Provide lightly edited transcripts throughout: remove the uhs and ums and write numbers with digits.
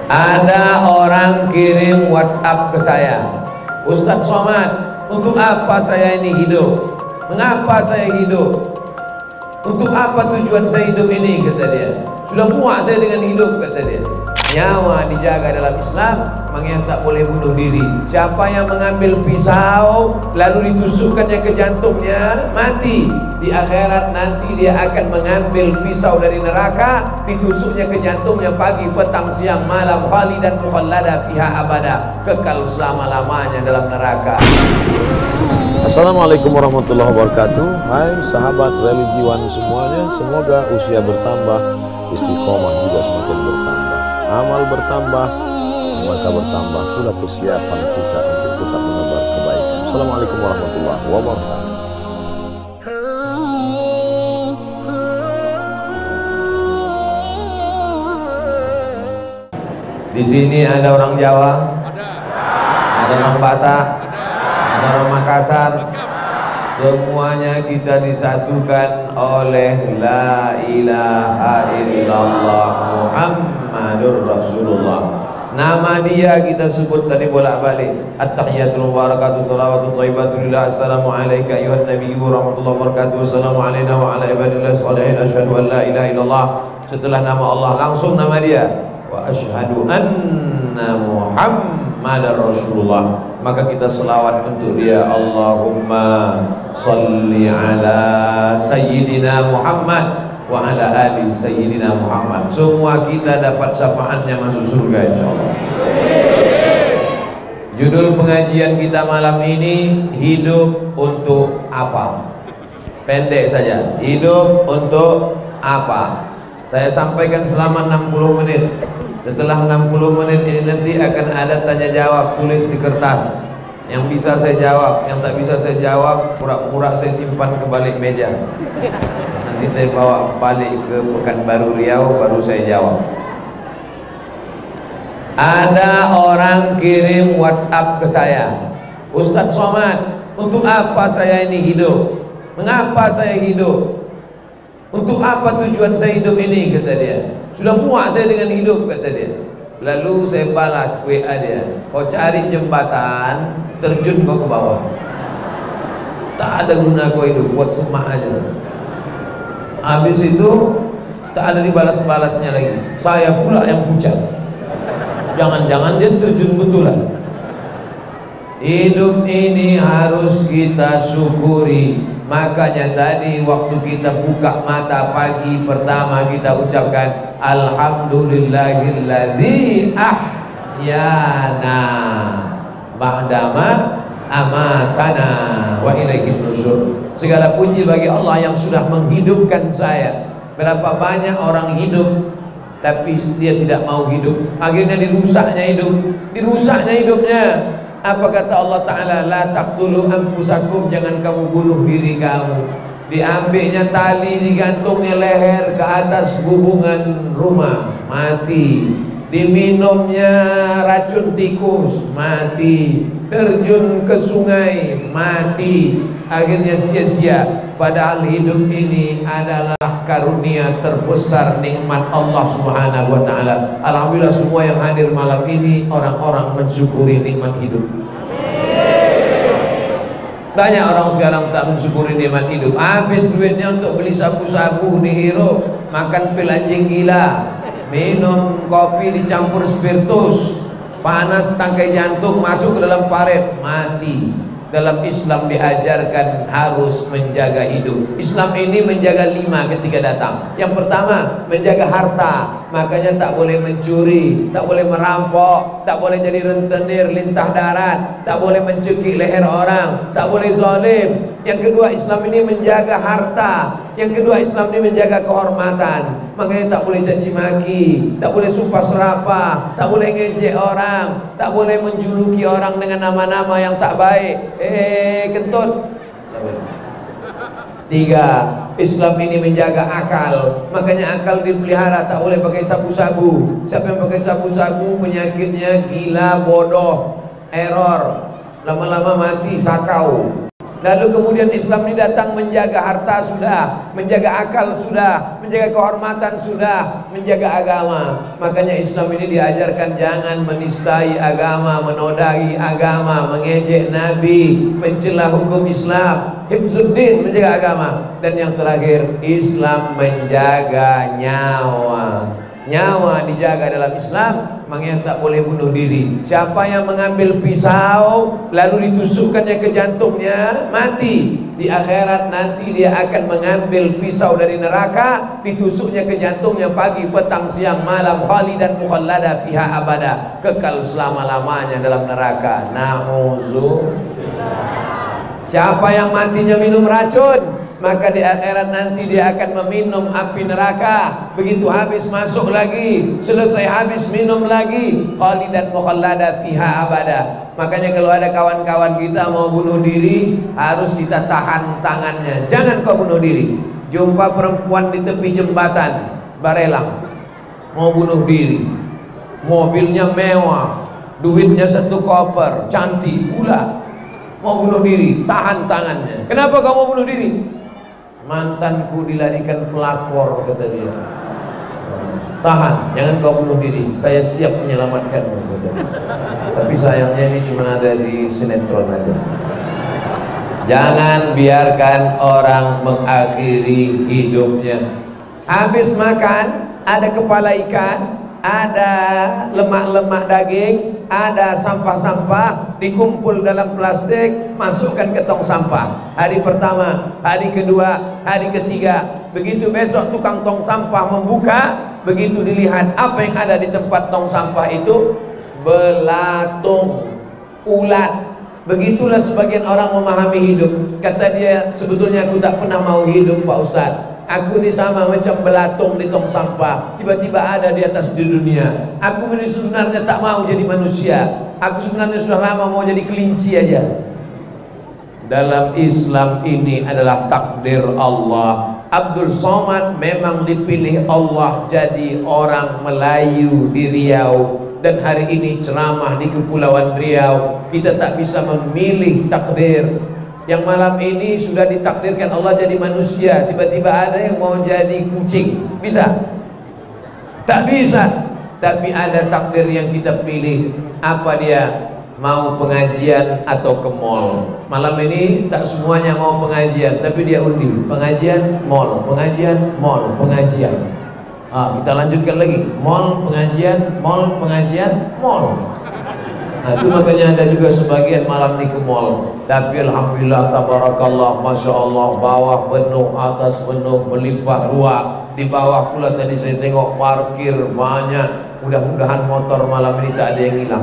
Ada orang kirim WhatsApp ke saya, Ustadz Somad, untuk apa saya ini hidup? Mengapa saya hidup? Untuk apa tujuan saya hidup ini? Kata dia. Sudah muak saya dengan hidup, kata dia. Nyawa dijaga dalam Islam, makanya tak boleh bunuh diri. Siapa yang mengambil pisau lalu ditusukkannya ke jantungnya, mati. Di akhirat nanti dia akan mengambil pisau dari neraka, ditusuknya ke jantungnya pagi, petang, siang, malam, khalidan mukhallada fiha abada, kekal selama-lamanya dalam neraka. Assalamualaikum warahmatullahi wabarakatuh. Hai sahabat religiwan semuanya, semoga usia bertambah, istiqomah juga semakin bertambah, amal bertambah, maka bertambah pula kesiapan kita untuk tetap menebar kebaikan. Assalamualaikum warahmatullahi wabarakatuh. Di sini ada orang Jawa, ada orang Batak, ada orang Makassar. Semuanya kita disatukan oleh la ilaha illallah Muhammadur Rasulullah. Nama dia kita sebut tadi bolak-balik. At-tahiyatul mubarakatuh salawatut thayyibatu lillah. Assalamu alayka ayuhan nabiyyu wa rahmatullahi wa barakatuh. Assalamu alayna wa ala ibadillah sholihin. Asyhadu an la ilaha illallah. Setelah nama Allah langsung nama dia, wa asyhadu anna Muhammadar Rasulullah. Maka kita selawat untuk dia. Allahumma salli ala sayyidina Muhammad wa ala ali sayyidina Muhammad. Semua kita dapat syafaatnya masuk surga insyaallah. Judul pengajian kita malam ini, hidup untuk apa? Pendek saja, hidup untuk apa? Saya sampaikan selama 60 menit. Setelah 60 menit ini nanti akan ada tanya jawab, tulis di kertas. Yang bisa saya jawab, yang tak bisa saya jawab, pura-pura saya simpan ke balik meja. Nanti saya bawa balik ke Pekanbaru Riau, baru saya jawab. Ada orang kirim WhatsApp ke saya, Ustadz Somad, untuk apa saya ini hidup? Mengapa saya hidup? Untuk apa tujuan saya hidup ini? Kata dia. Sudah muak saya dengan hidup, kata dia. Lalu saya balas WA dia, kau cari jembatan, terjun kau ke bawah. Tak ada guna kau hidup, buat semak aja. Habis itu tak ada dibalas-balasnya lagi. Saya pula yang pucat. Jangan-jangan dia terjun betulan. Hidup ini harus kita syukuri. Makanya tadi waktu kita buka mata pagi pertama kita ucapkan alhamdulillahilladzi ahyana ba'dama amatana wa ilaihin nusyur. Segala puji bagi Allah yang sudah menghidupkan saya. Berapa banyak orang hidup tapi dia tidak mau hidup, akhirnya dirusaknya hidupnya. Apa kata Allah Ta'ala? La taqtulu anfusakum, jangan kamu bunuh diri kamu. Diambilnya tali, digantungnya leher ke atas hubungan rumah, mati. Diminumnya racun tikus, mati. Terjun ke sungai, mati. Akhirnya sia-sia. Padahal hidup ini adalah karunia terbesar, nikmat Allah Subhanahu wa Ta'ala. Alhamdulillah semua yang hadir malam ini orang-orang mensyukuri nikmat hidup. Banyak orang sekarang tak mensyukuri nikmat hidup. Habis duitnya untuk beli sabu-sabu dihirup, makan pil anjing gila, minum kopi dicampur spiritus, panas tangkai jantung masuk ke dalam paret, mati. Dalam Islam diajarkan harus menjaga hidup. Islam ini menjaga 5 ketika datang. Yang pertama, menjaga harta. Makanya tak boleh mencuri, tak boleh merampok, tak boleh jadi rentenir lintah darat, tak boleh mencekik leher orang, tak boleh zalim. Yang kedua, Islam ini menjaga harta. Yang kedua, Islam ini menjaga kehormatan. Makanya tak boleh caci maki, tak boleh sumpah serapah, tak boleh ngejek orang, tak boleh menjuluki orang dengan nama-nama yang tak baik. Kentut. 3. Islam ini menjaga akal. Makanya akal dipelihara, tak boleh pakai sabu-sabu. Siapa yang pakai sabu-sabu penyakitnya gila, bodoh, error, lama-lama mati, sakau. Lalu kemudian Islam ini datang menjaga harta sudah, menjaga akal sudah, menjaga kehormatan sudah, menjaga agama. Makanya Islam ini diajarkan jangan menistai agama, menodai agama, mengejek Nabi, mencela hukum Islam. Hifzuddin, menjaga agama. Dan yang terakhir, Islam menjaga nyawa. Nyawa dijaga dalam Islam, makanya tak boleh bunuh diri. Siapa yang mengambil pisau lalu ditusukkannya ke jantungnya, mati. Di akhirat nanti dia akan mengambil pisau dari neraka, ditusuknya ke jantungnya pagi, petang, siang, malam, khalidan mukhallada fiha abada, kekal selama-lamanya dalam neraka. Na'udzubillah. Siapa yang matinya minum racun, maka di akhirat nanti dia akan meminum api neraka. Begitu habis masuk lagi, selesai habis minum lagi, khalidan mukhallada fiha abada. Makanya kalau ada kawan-kawan kita mau bunuh diri, harus kita tahan tangannya. Jangan kau bunuh diri. Jumpa perempuan di tepi jembatan Barelang, mau bunuh diri, mobilnya mewah, duitnya 1 koper, cantik pula, mau bunuh diri, tahan tangannya. Kenapa kau mau bunuh diri? Mantanku dilarikan pelakor, kata dia. Tahan, jangan kau bunuh diri, saya siap menyelamatkanmu, kata dia. Tapi sayangnya ini cuma ada di sinetron aja. Jangan biarkan orang mengakhiri hidupnya. Habis makan, ada kepala ikan, ada lemak-lemak daging, ada sampah-sampah, dikumpul dalam plastik, masukkan ke tong sampah. Hari pertama, hari kedua, hari ketiga. Begitu besok tukang tong sampah membuka, begitu dilihat apa yang ada di tempat tong sampah itu, belatung, ulat. Begitulah sebagian orang memahami hidup. Kata dia, sebetulnya aku tak pernah mau hidup, Pak Ustaz. Aku ini sama macam belatung di tong sampah, tiba-tiba ada di atas di dunia. Aku ini sebenarnya tak mau jadi manusia. Aku sebenarnya sudah lama mau jadi kelinci aja. Dalam Islam ini adalah takdir Allah. Abdul Somad memang dipilih Allah jadi orang Melayu di Riau. Dan hari ini ceramah di Kepulauan Riau. Kita tak bisa memilih takdir. Yang malam ini sudah ditakdirkan Allah jadi manusia, tiba-tiba ada yang mau jadi kucing. Bisa? Tak bisa. Tapi ada takdir yang kita pilih. Apa dia? Mau pengajian atau ke mall. Malam ini tak semuanya mau pengajian, tapi dia undi. Pengajian, mall. Pengajian, mall. Pengajian. Kita lanjutkan lagi. Mall, pengajian, mall, pengajian, mall. Nah, itu makanya ada juga sebagian malam ini ke mall. Tapi alhamdulillah, tabarakallah, masya Allah, bawah penuh, atas penuh, melimpah ruah. Di bawah pula tadi saya tengok parkir banyak. Mudah-mudahan motor malam ini tak ada yang hilang.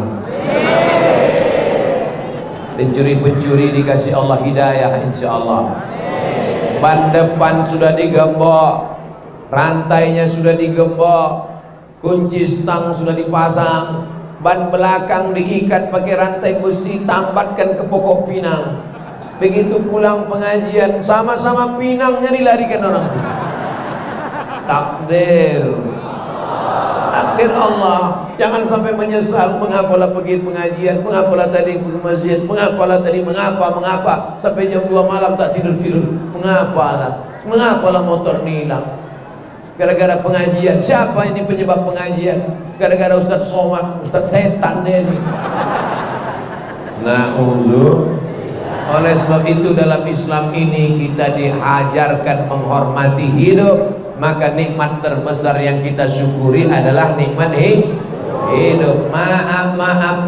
Pencuri-pencuri dikasih Allah hidayah, insya Allah. Ban depan sudah digembok, rantainya sudah digembok, kunci stang sudah dipasang, ban belakang diikat pakai rantai besi, tambatkan ke pokok pinang. Begitu pulang pengajian, sama-sama pinangnya dilarikan orang itu. Takdir, takdir Allah. Jangan sampai menyesal, mengapalah pergi pengajian, mengapalah tadi ke masjid, mengapalah tadi, mengapa sampai jam 2 malam tak tidur-tidur, mengapalah motor ini hilang. Gara-gara pengajian. Siapa ini penyebab pengajian? Gara-gara Ustaz Somad, Ustaz setan dia ini. Oleh sebab itu dalam Islam ini kita diajarkan menghormati hidup. Maka nikmat terbesar yang kita syukuri adalah nikmat hidup. Maaf,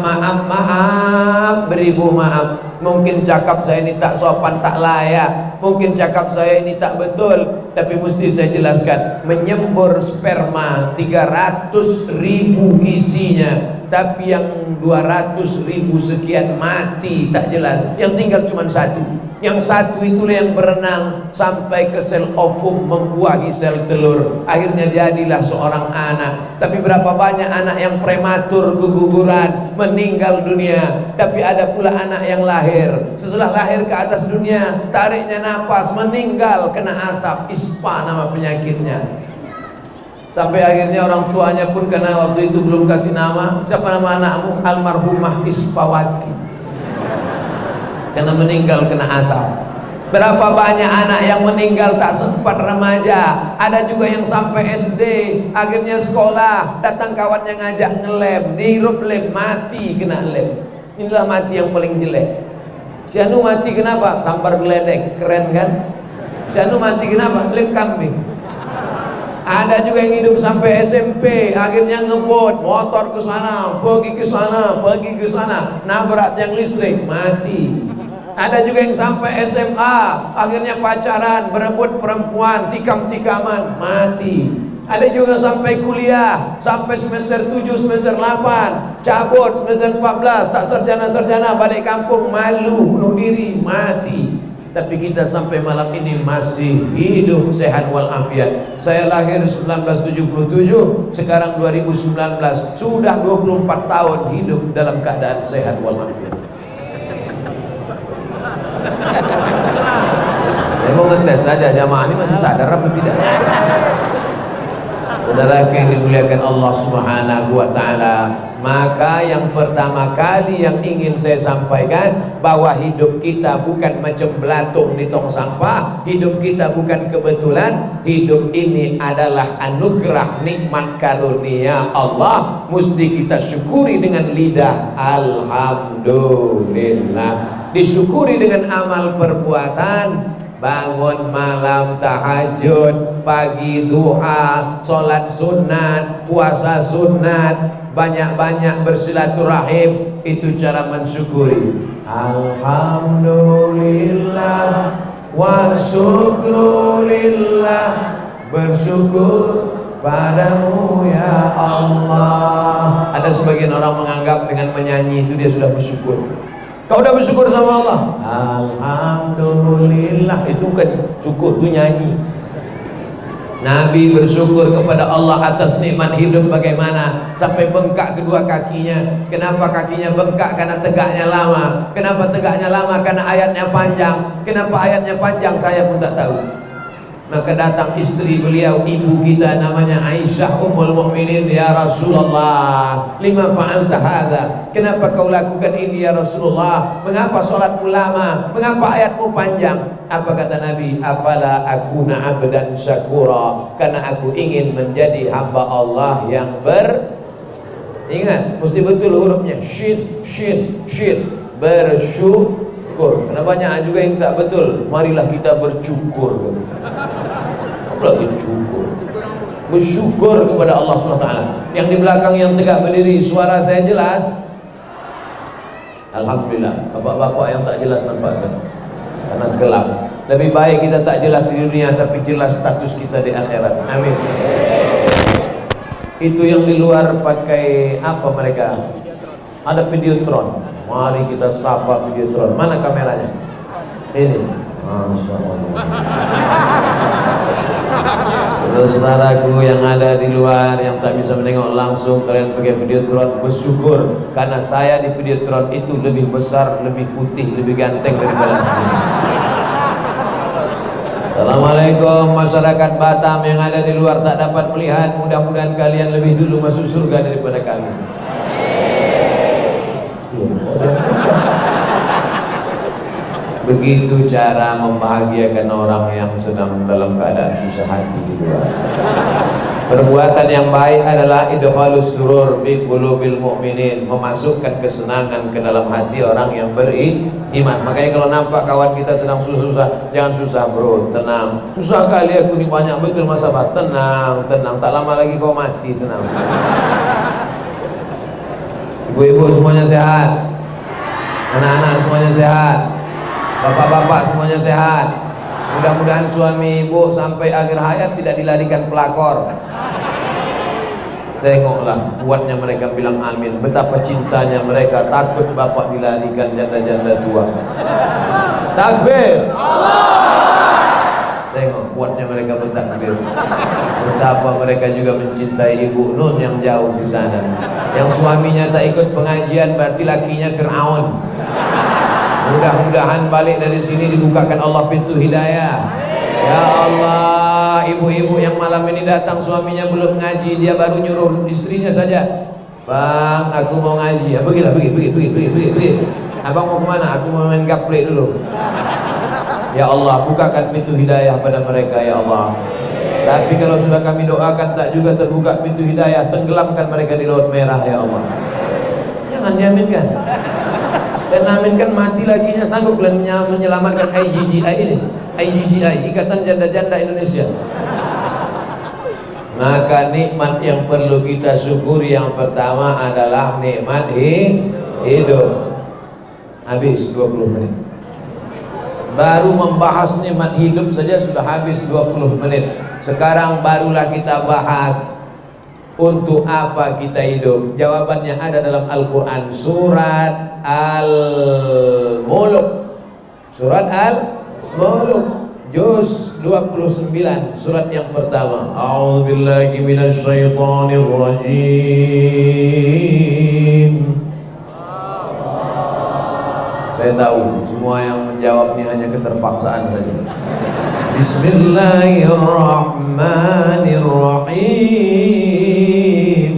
beribu maaf. Mungkin cakap saya ini tak sopan, tak layak. Mungkin cakap saya ini tak betul. Tapi mesti saya jelaskan. Menyembur sperma 300.000 isinya, tapi yang 200.000 sekian mati tak jelas. Yang tinggal cuma satu. Yang satu itulah yang berenang sampai ke sel ovum, membuahi sel telur. Akhirnya jadilah seorang anak. Tapi berapa banyak anak yang prematur, keguguran, meninggal dunia. Tapi ada pula anak yang lahir, setelah lahir ke atas dunia, tariknya nafas, meninggal kena asap, ispa nama penyakitnya. Sampai akhirnya orang tuanya pun karena waktu itu belum kasih nama. Siapa nama anakmu? Almarhumah Ispawati. karena meninggal kena asap. Berapa banyak anak yang meninggal tak sempat remaja. Ada juga yang sampai SD, akhirnya sekolah, datang kawannya ngajak ngelem, dihirup lem, mati kena lem. Inilah mati yang paling jelek. Si anu mati kenapa? Sambar geledek, keren kan? Si anu mati kenapa? Lem kambing. Ada juga yang hidup sampai SMP, akhirnya ngebut, motor ke sana, pergi ke sana, pergi ke sana, nabrak tiang listrik, mati. Ada juga yang sampai SMA, akhirnya pacaran, berebut perempuan, tikam-tikaman, mati. Ada juga sampai kuliah, sampai semester 7, semester 8, cabut semester 14, tak sarjana-sarjana, balik kampung, malu, bunuh diri, mati. Tapi kita sampai malam ini masih hidup sehat walafiat. Saya lahir 1977, sekarang 2019, sudah 24 tahun hidup dalam keadaan sehat walafiat. Saya mau ngetes saja, jamaah ini masih sadar apa tidak? Saudara yang dimuliakan Allah Subhanahu wa Ta'ala, maka yang pertama kali yang ingin saya sampaikan, bahwa hidup kita bukan macam belatung di tong sampah. Hidup kita bukan kebetulan. Hidup ini adalah anugerah, nikmat karunia Allah. Mesti kita syukuri dengan lidah alhamdulillah. Disyukuri dengan amal perbuatan. Bangun malam tahajud, pagi duha, sholat sunat, puasa sunat, banyak-banyak bersilaturahim. Itu cara mensyukuri. Alhamdulillah wa syukrulillah, bersyukur padamu ya Allah. Ada sebagian orang menganggap dengan menyanyi itu dia sudah bersyukur. Kau udah bersyukur sama Allah? Alhamdulillah. Itu kan syukur, itu nyanyi. Nabi bersyukur kepada Allah atas nikmat hidup bagaimana? Sampai bengkak kedua kakinya. Kenapa kakinya bengkak? Karena tegaknya lama. Kenapa tegaknya lama? Karena ayatnya panjang. Kenapa ayatnya panjang? Saya pun tak tahu. Maka datang istri beliau, ibu kita namanya Aisyah Ummul Mukminin, ya Rasulullah, lima fa'alta hadza? Kenapa kau lakukan ini ya Rasulullah? Mengapa salatmu lama? Mengapa ayatmu panjang? Apa kata Nabi? Afala akuna abdan syakura, karena aku ingin menjadi hamba Allah yang ingat, mesti betul hurufnya, shin shin shin, bersyukur. Karena banyak juga yang tak betul. Marilah kita bersyukur. Apa bersyukur? Bersyukur kepada Allah SWT. Yang di belakang yang tegak berdiri, suara saya jelas? Alhamdulillah. Bapak-bapak yang tak jelas nampak saya, karena gelap. Lebih baik kita tak jelas di dunia, tapi jelas status kita di akhirat. Amin. Itu yang di luar pakai apa mereka? Ada videotron. Mari kita sapa videotron. Mana kameranya? Ini. Masya Allah. Saudaraku yang ada di luar yang tak bisa menengok langsung, kalian pakai videotron, bersyukur karena saya di videotron itu lebih besar, lebih putih, lebih ganteng daripada sini. Assalamualaikum masyarakat Batam yang ada di luar tak dapat melihat, mudah-mudahan kalian lebih dulu masuk surga daripada kami. Begitu cara membahagiakan orang yang sedang dalam keadaan susah hati di luar. Perbuatan yang baik adalah idkhalus surur fi qulubil mu'minin, memasukkan kesenangan ke dalam hati orang yang beriman. Makanya kalau nampak kawan kita sedang susah-susah, jangan susah bro, tenang. Susah kali aku ini banyak betul masalah. Tenang, tenang, tak lama lagi kau mati, tenang. Ibu-ibu semuanya sehat, anak-anak semuanya sehat, bapak-bapak semuanya sehat. Mudah-mudahan suami ibu sampai akhir hayat tidak dilarikan pelakor. Tengoklah kuatnya mereka bilang amin. Betapa cintanya mereka, takut bapak dilarikan janda-janda tua. Takbir. Tengok kuatnya mereka bertakbir. Betapa mereka juga mencintai ibu Nun yang jauh di sana. Yang suaminya tak ikut pengajian berarti lakinya Fir'aun. Mudah-mudahan balik dari sini dibukakan Allah pintu hidayah. Ya Allah, ibu-ibu yang malam ini datang suaminya belum ngaji, dia baru nyuruh istrinya saja, Bang, aku mau ngaji. Ya, pergilah, pergi. Abang mau kemana? Aku mau main gaple dulu. Ya Allah, bukakan pintu hidayah pada mereka ya Allah. Tapi kalau sudah kami doakan tak juga terbuka pintu hidayah, tenggelamkan mereka di laut merah ya Allah. Jangan diaminkan. Dan aminkan mati laginya sanggup kalian menyelamatkan IGGI ini. IGGI, Ikatan Janda-Janda Indonesia. Maka nikmat yang perlu kita syukuri yang pertama adalah nikmat hidup. Habis 20 menit. Baru membahas nikmat hidup saja sudah habis 20 menit. Sekarang barulah kita bahas untuk apa kita hidup. Jawabannya ada dalam Al-Quran, surat Al-Mulk. Surat Al-Mulk juz 29, surat yang pertama. A'udzubillahi minasyaitonirrajim. Saya tahu semua yang menjawab ini hanya keterpaksaan saja. Bismillahirrahmanirrahim.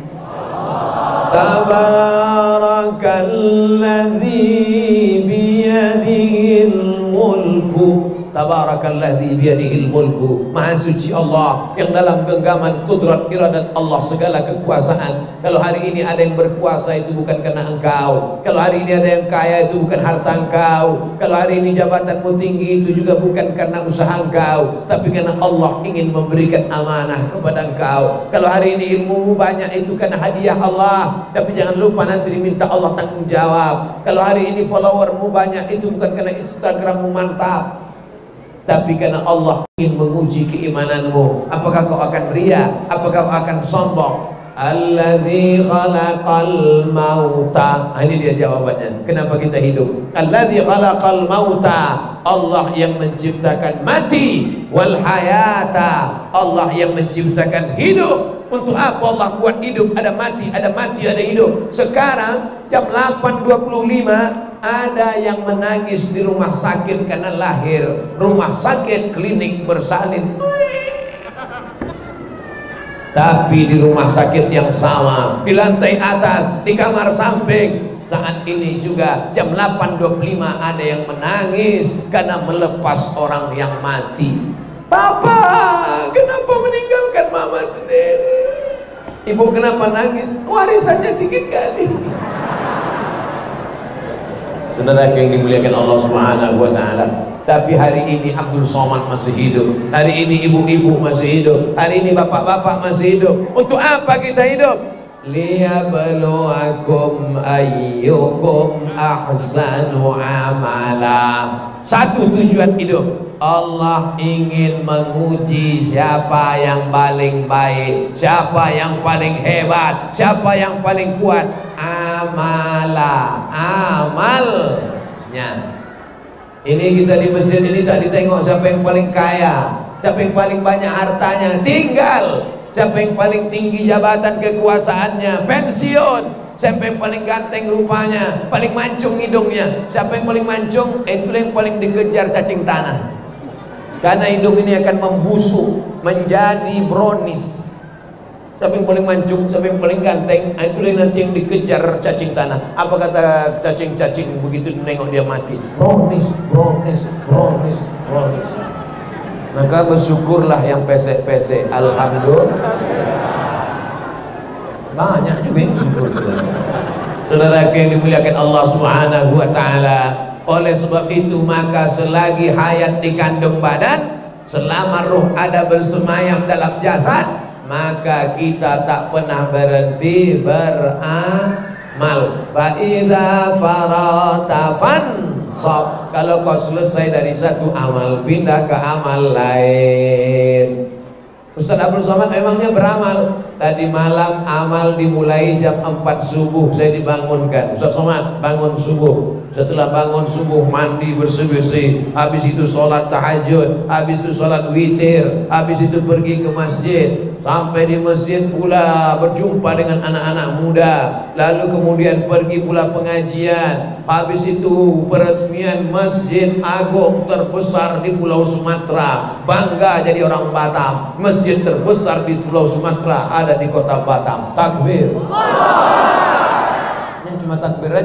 Tabarakalladzi biyadihil mulku. Tabarakalladzi biyadihil mulku. Maha suci Allah yang dalam genggaman kudrat iradat Allah segala kekuasaan. Kalau hari ini ada yang berkuasa itu bukan karena engkau. Kalau hari ini ada yang kaya itu bukan harta engkau. Kalau hari ini jabatanmu tinggi itu juga bukan karena usaha engkau, tapi karena Allah ingin memberikan amanah kepada engkau. Kalau hari ini ilmumu banyak itu karena hadiah Allah, tapi jangan lupa nanti diminta Allah tanggung jawab. Kalau hari ini followermu banyak itu bukan karena Instagrammu mantap, tapi karena Allah ingin menguji keimananmu. Apakah kau akan ria? Apakah kau akan sombong? Alladzi khalaqal mauta. Ini dia jawabannya. Kenapa kita hidup? Alladzi khalaqal mauta. Allah yang menciptakan mati. Wal hayata. Allah yang menciptakan hidup. Untuk apa Allah buat hidup? Ada mati, ada hidup. Sekarang jam 8.25 ada yang menangis di rumah sakit karena lahir. Rumah sakit klinik bersalin. Tapi di rumah sakit yang sama, di lantai atas, di kamar samping, saat ini juga jam 8.25 ada yang menangis karena melepas orang yang mati. Papa, kenapa meninggalkan mama sendiri? Ibu kenapa nangis? Warisannya sedikit kali. Saudara yang dimuliakan Allah Subhanahu wa taala. Tapi hari ini Abdul Somad masih hidup. Hari ini ibu-ibu masih hidup. Hari ini bapak-bapak masih hidup. Untuk apa kita hidup? Liyabluwakum ayyukum ahsanu amala. Satu tujuan hidup. Allah ingin menguji siapa yang paling baik, siapa yang paling hebat, siapa yang paling kuat. Amalnya. Ini kita di masjid ini tak ditengok siapa yang paling kaya, siapa yang paling banyak hartanya, tinggal siapa yang paling tinggi jabatan kekuasaannya, pensiun, siapa yang paling ganteng rupanya, paling mancung hidungnya. Siapa yang paling mancung, itulah yang paling dikejar cacing tanah. Karena hidung ini akan membusuk menjadi brownies. Siapa yang paling mancung, siapa yang paling ganteng, itulah nanti yang dikejar cacing tanah. Apa kata cacing-cacing begitu menengok dia mati? Brownies. Maka bersyukurlah yang pesek-pesek. Alhamdulillah. Banyak juga yang bersyukur. Saudara yang dimuliakan Allah Subhanahu wa taala. Oleh sebab itu maka selagi hayat di kandung badan, selama ruh ada bersemayam dalam jasad, maka kita tak pernah berhenti beramal. Fa idza farata fansab. Kalau kau selesai dari satu amal, pindah ke amal lain. Ustaz Abdul Somad memangnya beramal. Tadi malam amal dimulai jam 4 subuh saya dibangunkan. Ustaz Somad bangun subuh. Setelah bangun subuh mandi bersih-bersih, habis itu sholat tahajud, habis itu sholat witir, habis itu pergi ke masjid. Sampai di masjid pula berjumpa dengan anak-anak muda, lalu kemudian pergi pula pengajian. Habis itu peresmian Masjid Agung terbesar di Pulau Sumatera. Bangga jadi orang Batam. Masjid terbesar di Pulau Sumatera ada di kota Batam. Takbir. Ini cuma takbir aja.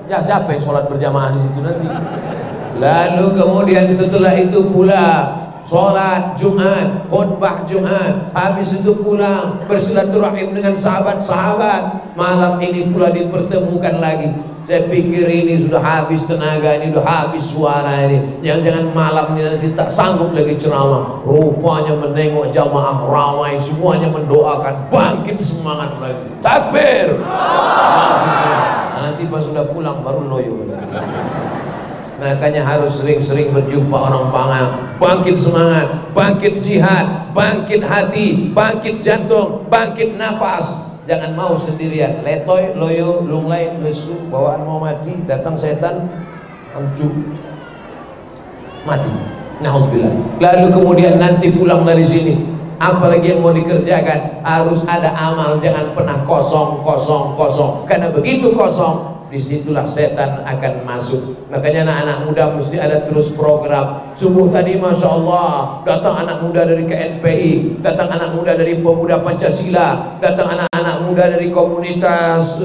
Ya siapa yang sholat berjamaah di situ nanti? Lalu kemudian setelah itu pula sholat Jumat, khutbah Jumat, habis itu pulang bersilaturahim dengan sahabat-sahabat. Malam ini pula dipertemukan lagi. Saya pikir ini sudah habis tenaga, ini sudah habis suara ini. Jangan-jangan malam ini nanti tak sanggup lagi ceramah. Rupanya menengok jamaah ramai, semuanya mendoakan, bangkit semangat lagi. Takbir. Nah, nanti pas sudah pulang baru loyo. Makanya harus sering-sering berjumpa orang pangang. Bangkit semangat, bangkit jihad, bangkit hati, bangkit jantung, bangkit nafas. Jangan mau sendirian, letoy, loyo, lunglai, lesu, bawaan mau mati, datang setan, ancu, mati. Nauzubillah. Lalu kemudian nanti pulang dari sini, apalagi yang mau dikerjakan, harus ada amal, jangan pernah kosong. Karena begitu kosong, disitulah setan akan masuk. Makanya anak-anak muda mesti ada terus program. Subuh tadi Masya Allah datang anak muda dari KNPI, datang anak muda dari Pemuda Pancasila, datang anak-anak muda dari komunitas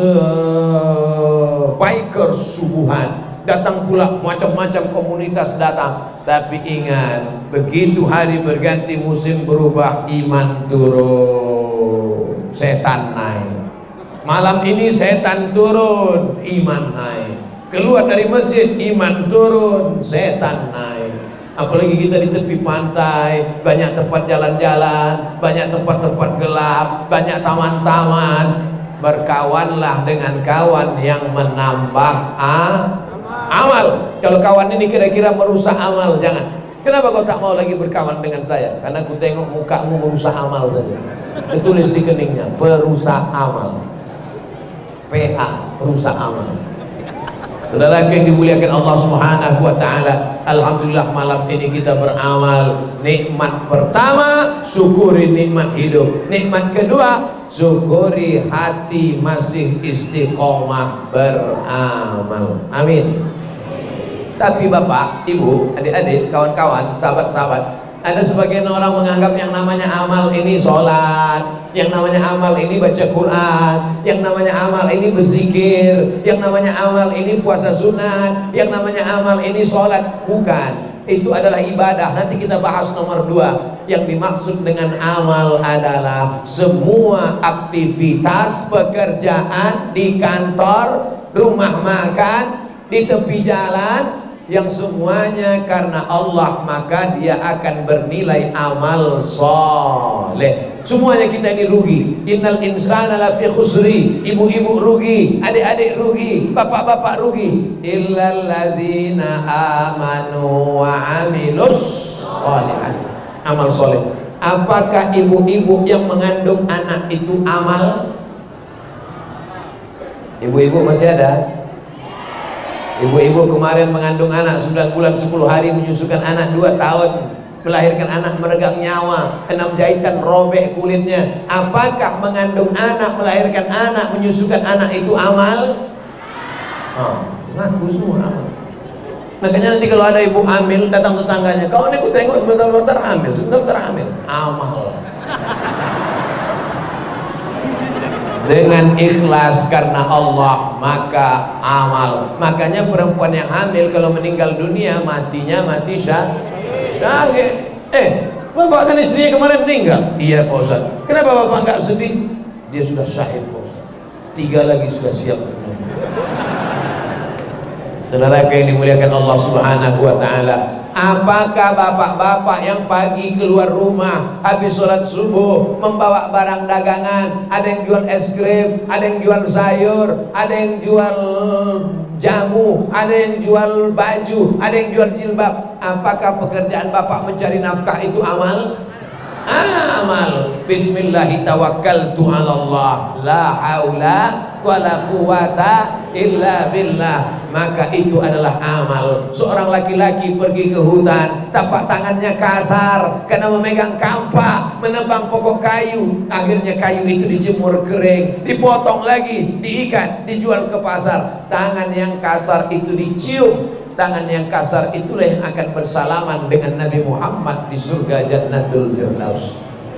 biker subuhan, datang pula macam-macam komunitas datang. Tapi ingat, begitu hari berganti musim berubah, iman turun, setan naik. Malam ini setan turun, iman naik. Keluar dari masjid, iman turun, setan naik. Apalagi kita di tepi pantai, banyak tempat jalan-jalan, banyak tempat-tempat gelap, banyak taman-taman. Berkawanlah dengan kawan yang menambah amal. Kalau kawan ini kira-kira merusak amal, jangan. Kenapa kau tak mau lagi berkawan dengan saya? Karena aku tengok mukamu merusak amal saja. Ditulis di keningnya, perusak amal. PA, perusak amal. Saudara yang dimuliakan Allah Subhanahu wa taala, alhamdulillah malam ini kita beramal. Nikmat pertama, syukuri nikmat hidup. Nikmat kedua, syukuri hati masih istiqomah beramal. Amin. Tapi Bapak, Ibu, adik-adik, kawan-kawan, sahabat-sahabat, ada sebagian orang menganggap yang namanya amal ini sholat, yang namanya amal ini baca Quran, yang namanya amal ini berzikir, yang namanya amal ini puasa sunat, yang namanya amal ini sholat. Bukan, itu adalah ibadah. Nanti kita bahas nomor 2. Yang dimaksud dengan amal adalah semua aktivitas pekerjaan di kantor, rumah makan, di tepi jalan, yang semuanya karena Allah, maka dia akan bernilai amal soleh. Semuanya kita ini rugi. Innal insana lafi khusri. Ibu-ibu rugi, adik-adik rugi, bapak-bapak rugi. Illal ladzina amanu wa amilus sholihat. Amal soleh. Apakah ibu-ibu yang mengandung anak itu amal? Ibu-ibu masih ada? Ibu-ibu kemarin mengandung anak 9 bulan 10 hari, menyusukan anak 2 tahun, melahirkan anak meregang nyawa, 6 jahitan robek kulitnya. Apakah mengandung anak, melahirkan anak, menyusukan anak itu amal? Ngaku semua amal. Makanya nanti kalau ada ibu hamil, datang tetangganya, kau ini ku tengok sebentar-bentar hamil, sebentar-bentar hamil. Amal. Dengan ikhlas karena Allah, maka amal. Makanya perempuan yang hamil kalau meninggal dunia, matinya mati syahid. Bapak kan istrinya kemarin meninggal. Iya Pak Ustaz. Kenapa Bapak enggak sedih? Dia sudah syahid Pak Ustaz. 3 lagi sudah siap. Saudara yang dimuliakan Allah Subhanahu wa taala, apakah bapak-bapak yang pagi keluar rumah habis sholat subuh membawa barang dagangan, ada yang jual es krim, ada yang jual sayur, ada yang jual jamu, ada yang jual baju, ada yang jual jilbab, apakah pekerjaan bapak mencari nafkah itu amal? Amal. Bismillahi tawakkaltu ala Allah, la haula wala quwata illa billah. Maka itu adalah amal. Seorang laki-laki pergi ke hutan, tapak tangannya kasar karena memegang kampak, menebang pokok kayu. Akhirnya kayu itu dijemur kering, dipotong lagi, diikat, dijual ke pasar. Tangan yang kasar itu dicium. Tangan yang kasar itulah yang akan bersalaman dengan Nabi Muhammad di surga Jannatul Firdaus.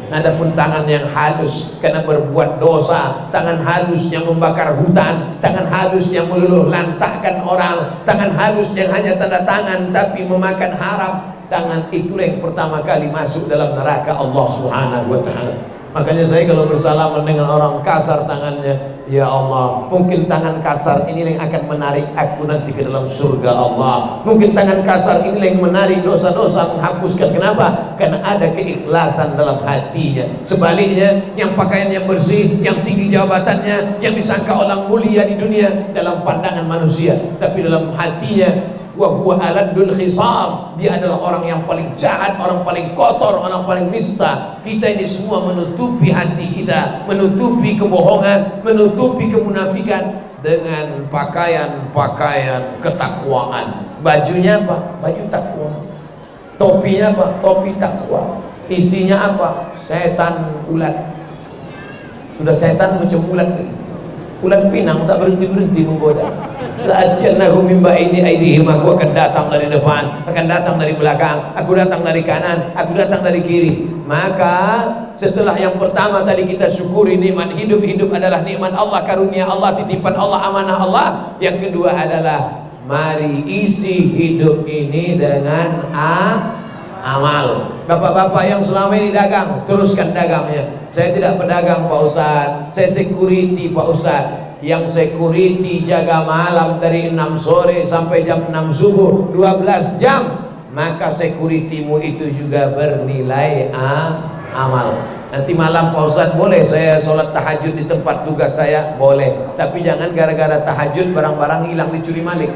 Adapun tangan yang halus karena berbuat dosa, tangan halus yang membakar hutan, tangan halus yang meluluh lantakkan orang, tangan halus yang hanya tanda tangan tapi memakan haram, tangan itulah yang pertama kali masuk dalam neraka Allah Subhanahu wa ta'ala. Makanya saya kalau bersalaman dengan orang kasar tangannya, ya Allah, mungkin tangan kasar ini yang akan menarik aku nanti ke dalam surga Allah. Mungkin tangan kasar ini yang menarik dosa-dosa, menghapuskan. Kenapa? Karena ada keikhlasan dalam hatinya. Sebaliknya, yang pakaiannya bersih, yang tinggi jabatannya, yang disangka orang mulia di dunia dalam pandangan manusia, tapi dalam hatinya wa huwa aladul khisam, dia adalah orang yang paling jahat, orang paling kotor, orang paling nista. Kita ini semua menutupi hati kita, menutupi kebohongan, menutupi kemunafikan dengan pakaian-pakaian ketakwaan. Bajunya apa? Baju takwa. Topinya apa? Topi takwa. Isinya apa? Setan ulat. Sudah setan macam ulat. Ulat pinang tak berhenti-berhenti menggoda. La'ajjalnahum min baini aydihim, aku akan datang dari depan, akan datang dari belakang, aku datang dari kanan, aku datang dari kiri. Maka setelah yang pertama tadi kita syukuri nikmat hidup, hidup adalah nikmat Allah, karunia Allah, titipan Allah, amanah Allah. Yang kedua adalah mari isi hidup ini dengan amal. Bapak-bapak yang selama ini dagang, teruskan dagangnya. Saya tidak pedagang Pak Ustadz, saya security Pak Ustadz. Yang security jaga malam dari 6 sore sampai jam 6 subuh 12 jam, maka securitymu itu juga bernilai amal. Nanti malam Pak Ustadz, boleh saya sholat tahajud di tempat tugas saya? Boleh, tapi jangan gara-gara tahajud barang-barang hilang dicuri malik.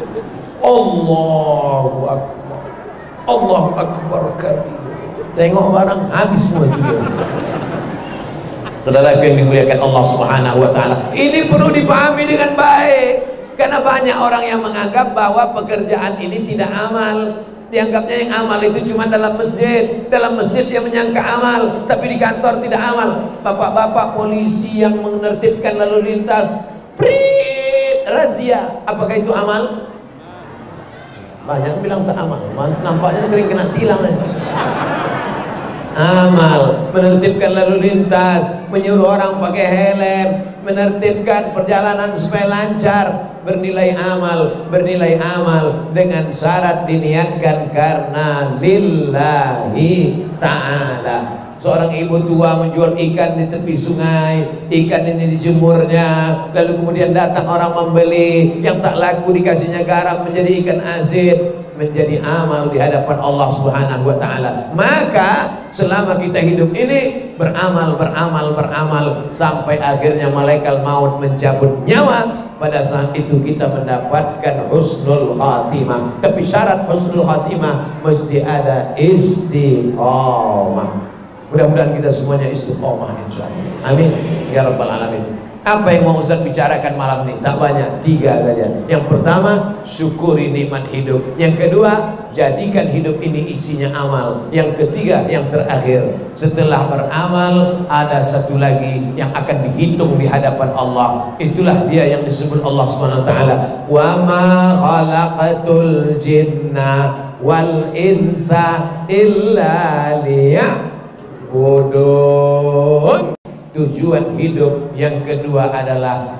Allahu Akbar, Allahu Akbar kabir. Tengok barang habis semua juga. Saudara yang dimuliakan Allah Subhanahu wa ta'ala, ini perlu dipahami dengan baik. Karena banyak orang yang menganggap bahwa pekerjaan ini tidak amal. Dianggapnya yang amal itu cuma dalam masjid. Dalam masjid dia menyangka amal, tapi di kantor tidak amal. Bapak-bapak polisi yang menertibkan lalu lintas, prit, razia, apakah itu amal? Banyak bilang tak amal, nampaknya sering kena tilang. Amal, menertibkan lalu lintas, menyuruh orang pakai helm, menertibkan perjalanan supaya lancar, bernilai amal dengan syarat diniatkan karena lillahi ta'ala. Seorang ibu tua menjual ikan di tepi sungai, ikan ini dijemurnya, lalu kemudian datang orang membeli, yang tak laku dikasihnya garam menjadi ikan asin, menjadi amal di hadapan Allah Subhanahu wa ta'ala. Maka selama kita hidup ini beramal sampai akhirnya malaikat maut mencabut nyawa. Pada saat itu kita mendapatkan husnul khatimah. Tapi syarat husnul khatimah mesti ada istiqomah. Mudah-mudahan kita semuanya istiqomah insyaallah. Amin ya rabbal alamin. Apa yang mau Ustaz bicarakan malam ini? Tak banyak, 3 saja. Yang pertama, syukuri nikmat hidup. Yang kedua, jadikan hidup ini isinya amal. Yang ketiga, yang terakhir, setelah beramal ada satu lagi yang akan dihitung di hadapan Allah. Itulah dia yang disebut Allah Subhanahu wa taala, wa ma khalaqatul jinna wal insa illa liya'budun. Tujuan hidup yang kedua adalah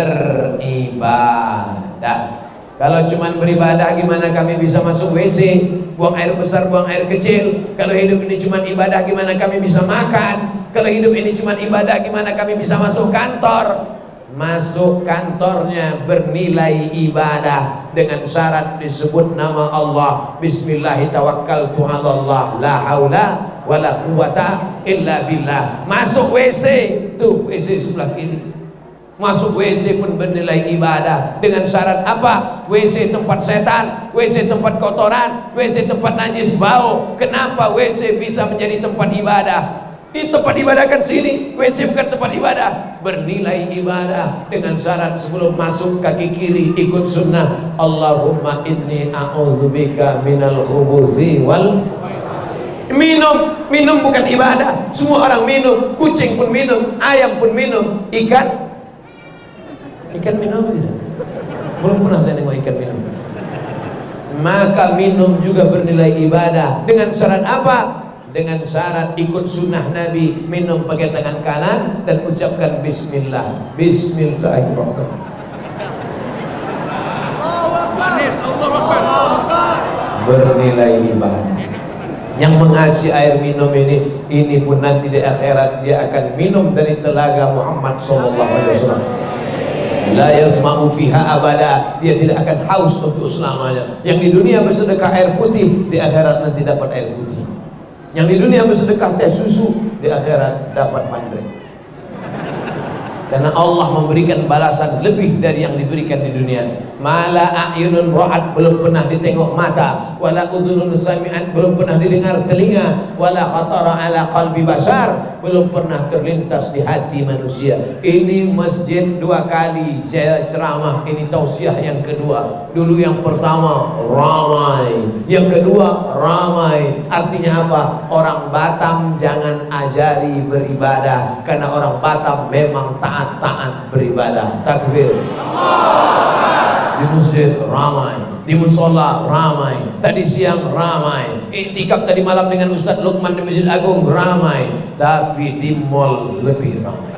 beribadah. Kalau cuma beribadah, gimana kami bisa masuk WC, buang air besar, buang air kecil? Kalau hidup ini cuma ibadah, gimana kami bisa makan? Kalau hidup ini cuma ibadah, gimana kami bisa masuk kantor? Masuk kantornya bernilai ibadah dengan syarat disebut nama Allah. Bismillahirrahmanirrahim, la haula wala quwata illa billah. Masuk WC, tuh WC sebelah kiri. Masuk WC pun bernilai ibadah dengan syarat apa? WC tempat setan, WC tempat kotoran, WC tempat najis bau. Kenapa WC bisa menjadi tempat ibadah? Di tempat ibadah kan sini, WC bukan tempat ibadah. Bernilai ibadah dengan syarat sebelum masuk kaki kiri ikut sunnah, Allahumma inni a'udzubika minal khubuthi wal. Minum bukan ibadah. Semua orang minum, kucing pun minum, ayam pun minum, ikan minum tidak? Belum pernah saya nengok ikan minum. Maka minum juga bernilai ibadah dengan syarat apa? dengan syarat ikut sunnah Nabi, minum pakai tangan kanan dan ucapkan bismillah. Bismillahirrahmanirrahim. Bernilai ibadah. Yang mengasihi air minum ini pun nanti di akhirat dia akan minum dari telaga Muhammad SAW. La yasma'u fiha abada, dia tidak akan haus untuk selamanya. Yang di dunia bersedekah air putih, di akhirat nanti dapat air putih. Yang di dunia bersedekah teh susu, di akhirat dapat mandrek. Karena Allah memberikan balasan lebih dari yang diberikan di dunia. Mala a'yunun ra'at, belum pernah ditengok mata, wala udhunun sami'at, belum pernah didengar telinga, wala khatara ala qalbi bashar, belum pernah terlintas di hati manusia. Ini masjid 2 kali saya ceramah, ini tausiah yang kedua. Dulu yang pertama ramai, yang kedua ramai. Artinya apa? Orang Batam jangan ajari beribadah, karena orang Batam memang taat beribadah. Takbir. Di masjid ramai, di musola ramai, tadi siang ramai, iktikaf tadi malam dengan Ustadz Lukman di Masjid Agung ramai, tapi di mall lebih ramai.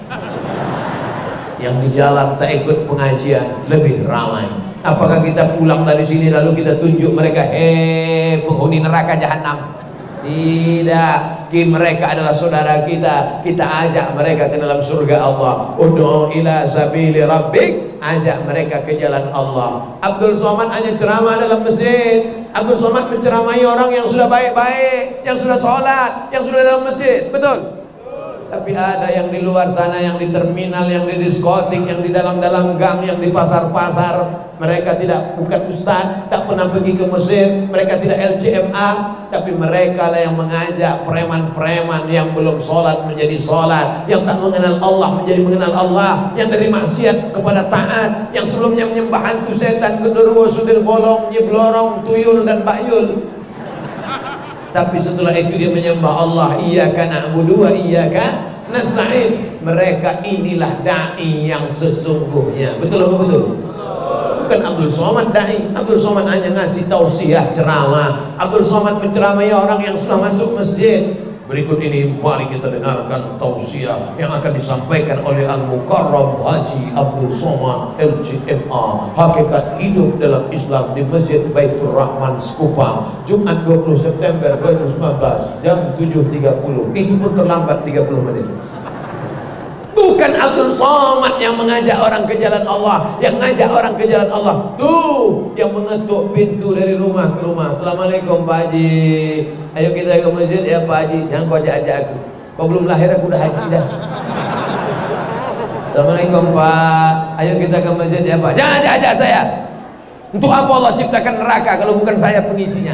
Yang di jalan tak ikut pengajian lebih ramai. Apakah kita pulang dari sini lalu kita tunjuk mereka, penghuni neraka jahanam? Tidak, mereka adalah saudara kita. Kita ajak mereka ke dalam surga Allah. Ud'u ila sabili rabbik, ajak mereka ke jalan Allah. Abdul Somad hanya ceramah dalam masjid. Abdul Somad menceramai orang yang sudah baik-baik, yang sudah sholat, yang sudah dalam masjid. Betul? Tapi ada yang di luar sana, yang di terminal, yang di diskotik, yang di dalam-dalam gang, yang di pasar-pasar. Mereka bukan ustaz, tak pernah pergi ke Mesir, mereka tidak LCMA, tapi mereka lah yang mengajak preman-preman yang belum sholat menjadi sholat, yang tak mengenal Allah menjadi mengenal Allah, yang dari maksiat kepada taat, yang sebelumnya menyembah hantu setan, genderuwo, sudil bolong, nyeblorong, tuyul dan bakyul. Tapi setelah itu dia menyembah Allah, iyyaka na'budu wa iyyaka nasta'in. Mereka inilah dai yang sesungguhnya. Betul apa betul? Bukan Abdul Somad dai. Abdul Somad hanya ngasih tausiah ceramah. Abdul Somad menceramai orang yang sudah masuk masjid. Berikut ini mari kita dengarkan tausiah yang akan disampaikan oleh Al-Mukarram Haji Abdul Somad LCMA, hakikat hidup dalam Islam, di Masjid Baitur Rahman Sekupang, Jumat 20 September 2019 jam 7.30. Itu pun terlambat 30 menit. Bukan Abdul Somad yang mengajak orang ke jalan Allah, yang ngajak orang ke jalan Allah tuh yang mengetuk pintu dari rumah ke rumah. Assalamualaikum Pak Haji, ayo kita ke masjid ya Pak Haji. Jangan kau ajak aku, kau belum lahir aku udah haji dah. Assalamualaikum Pak, ayo kita ke masjid ya Pak. Jangan ajak saya. Untuk apa Allah ciptakan neraka kalau bukan saya pengisinya?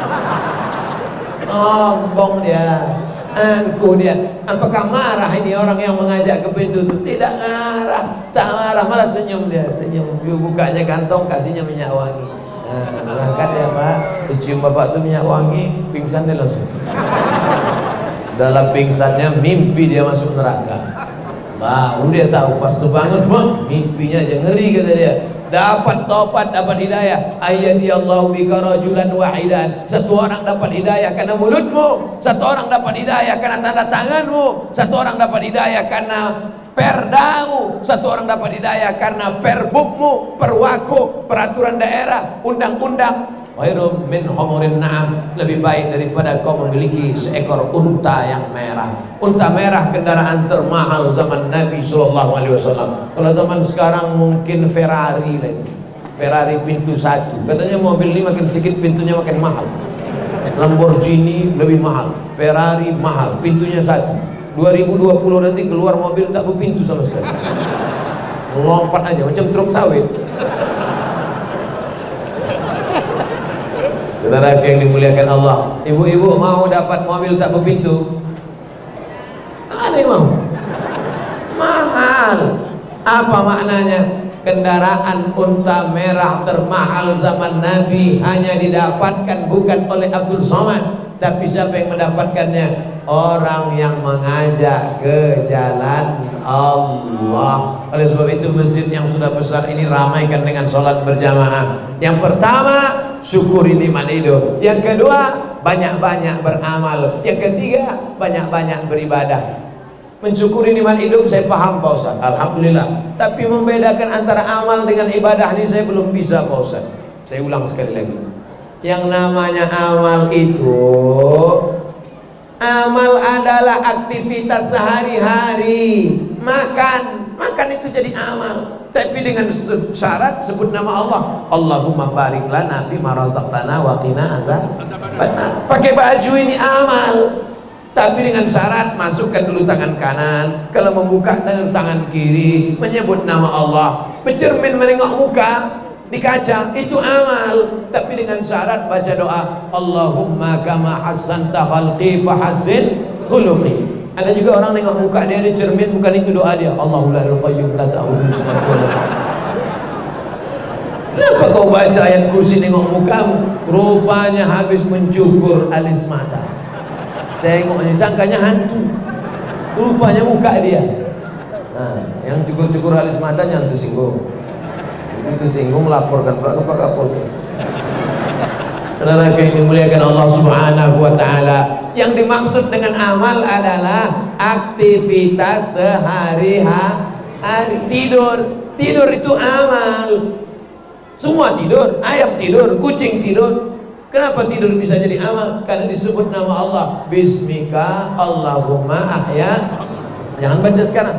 Sombong dia, angkuh dia. Apakah marah ini orang yang mengajak ke pintu itu? Tidak marah, tak marah, malah senyum dia, senyum. Dia bukanya kantong, kasihnya minyak wangi. Berangkat ya Pak, cium bapak itu minyak wangi, pingsan dia langsung. Dalam pingsannya mimpi dia masuk neraka. Baru dia tahu, pas tu bangun, wah, mimpinya aja ngeri kata dia. Dapat taubat, dapat hidayah. Ayyadiyallahu bika rajulan wahidan. Satu orang dapat hidayah karena mulutmu, satu orang dapat hidayah karena tanda tanganmu, satu orang dapat hidayah karena perdamu, satu orang dapat hidayah karena perbukmu, perwaku, peraturan daerah, undang-undang. Khairum min humurin na'am, lebih baik daripada kau memiliki seekor unta yang merah. Unta merah kendaraan termahal zaman Nabi SAW. Kalau zaman sekarang mungkin Ferrari lagi. Ferrari pintu 1. Katanya mobil ini makin sedikit pintunya makin mahal. Lamborghini lebih mahal, Ferrari mahal, pintunya 1. 2020 nanti keluar mobil tak berpintu sama sekali. Lompat aja macam truk sawit. Saudara yang dimuliakan Allah, ibu-ibu mau dapat mobil tak berpintu? Ada yang mau? Mahal. Apa maknanya? Kendaraan unta merah termahal zaman Nabi hanya didapatkan bukan oleh Abdul Somad, tapi siapa yang mendapatkannya? Orang yang mengajak ke jalan Allah. Oleh sebab itu masjid yang sudah besar ini ramaikan dengan sholat berjamaah. Yang pertama, syukuri nikmat hidup. Yang kedua, banyak-banyak beramal. Yang ketiga, banyak-banyak beribadah. Mensyukuri nikmat hidup saya paham Pak Ustaz, alhamdulillah. Tapi membedakan antara amal dengan ibadah ini saya belum bisa Pak Ustaz. Saya ulang sekali lagi. Yang namanya amal itu, amal adalah aktivitas sehari-hari. Makan itu jadi amal. Tapi dengan syarat sebut nama Allah. Allahumma barik lana fi ma razaqtana wa qina azabannar. Pakai baju ini amal. Tapi dengan syarat masukkan dulu tangan kanan, kalau membuka dengan tangan kiri, menyebut nama Allah. Bercermin menengok muka di kaca itu amal. Tapi dengan syarat baca doa, Allahumma kama hassanta khalqi fa hassin khuluqi. Ada juga orang nengok muka dia di cermin, bukan itu doa dia. Allahu la ilaha illa anta subhanahu. Kenapa kau baca ayat kursi nengok mukamu? Rupanya habis mencukur alis mata. Tengoknya sangkanya hantu, rupanya muka dia. Nah, yang cukur-cukur alis matanya hantu singgung. Itu singgung laporkan Pak ke Pak Kapolsek. Saudara yang dimuliakan Allah Subhanahu wa taala, yang dimaksud dengan amal adalah aktivitas sehari-hari. Tidur itu amal. Semua tidur, ayam tidur, kucing tidur. Kenapa tidur bisa jadi amal? Karena disebut nama Allah. Bismika Allahumma ahya. Jangan baca sekarang.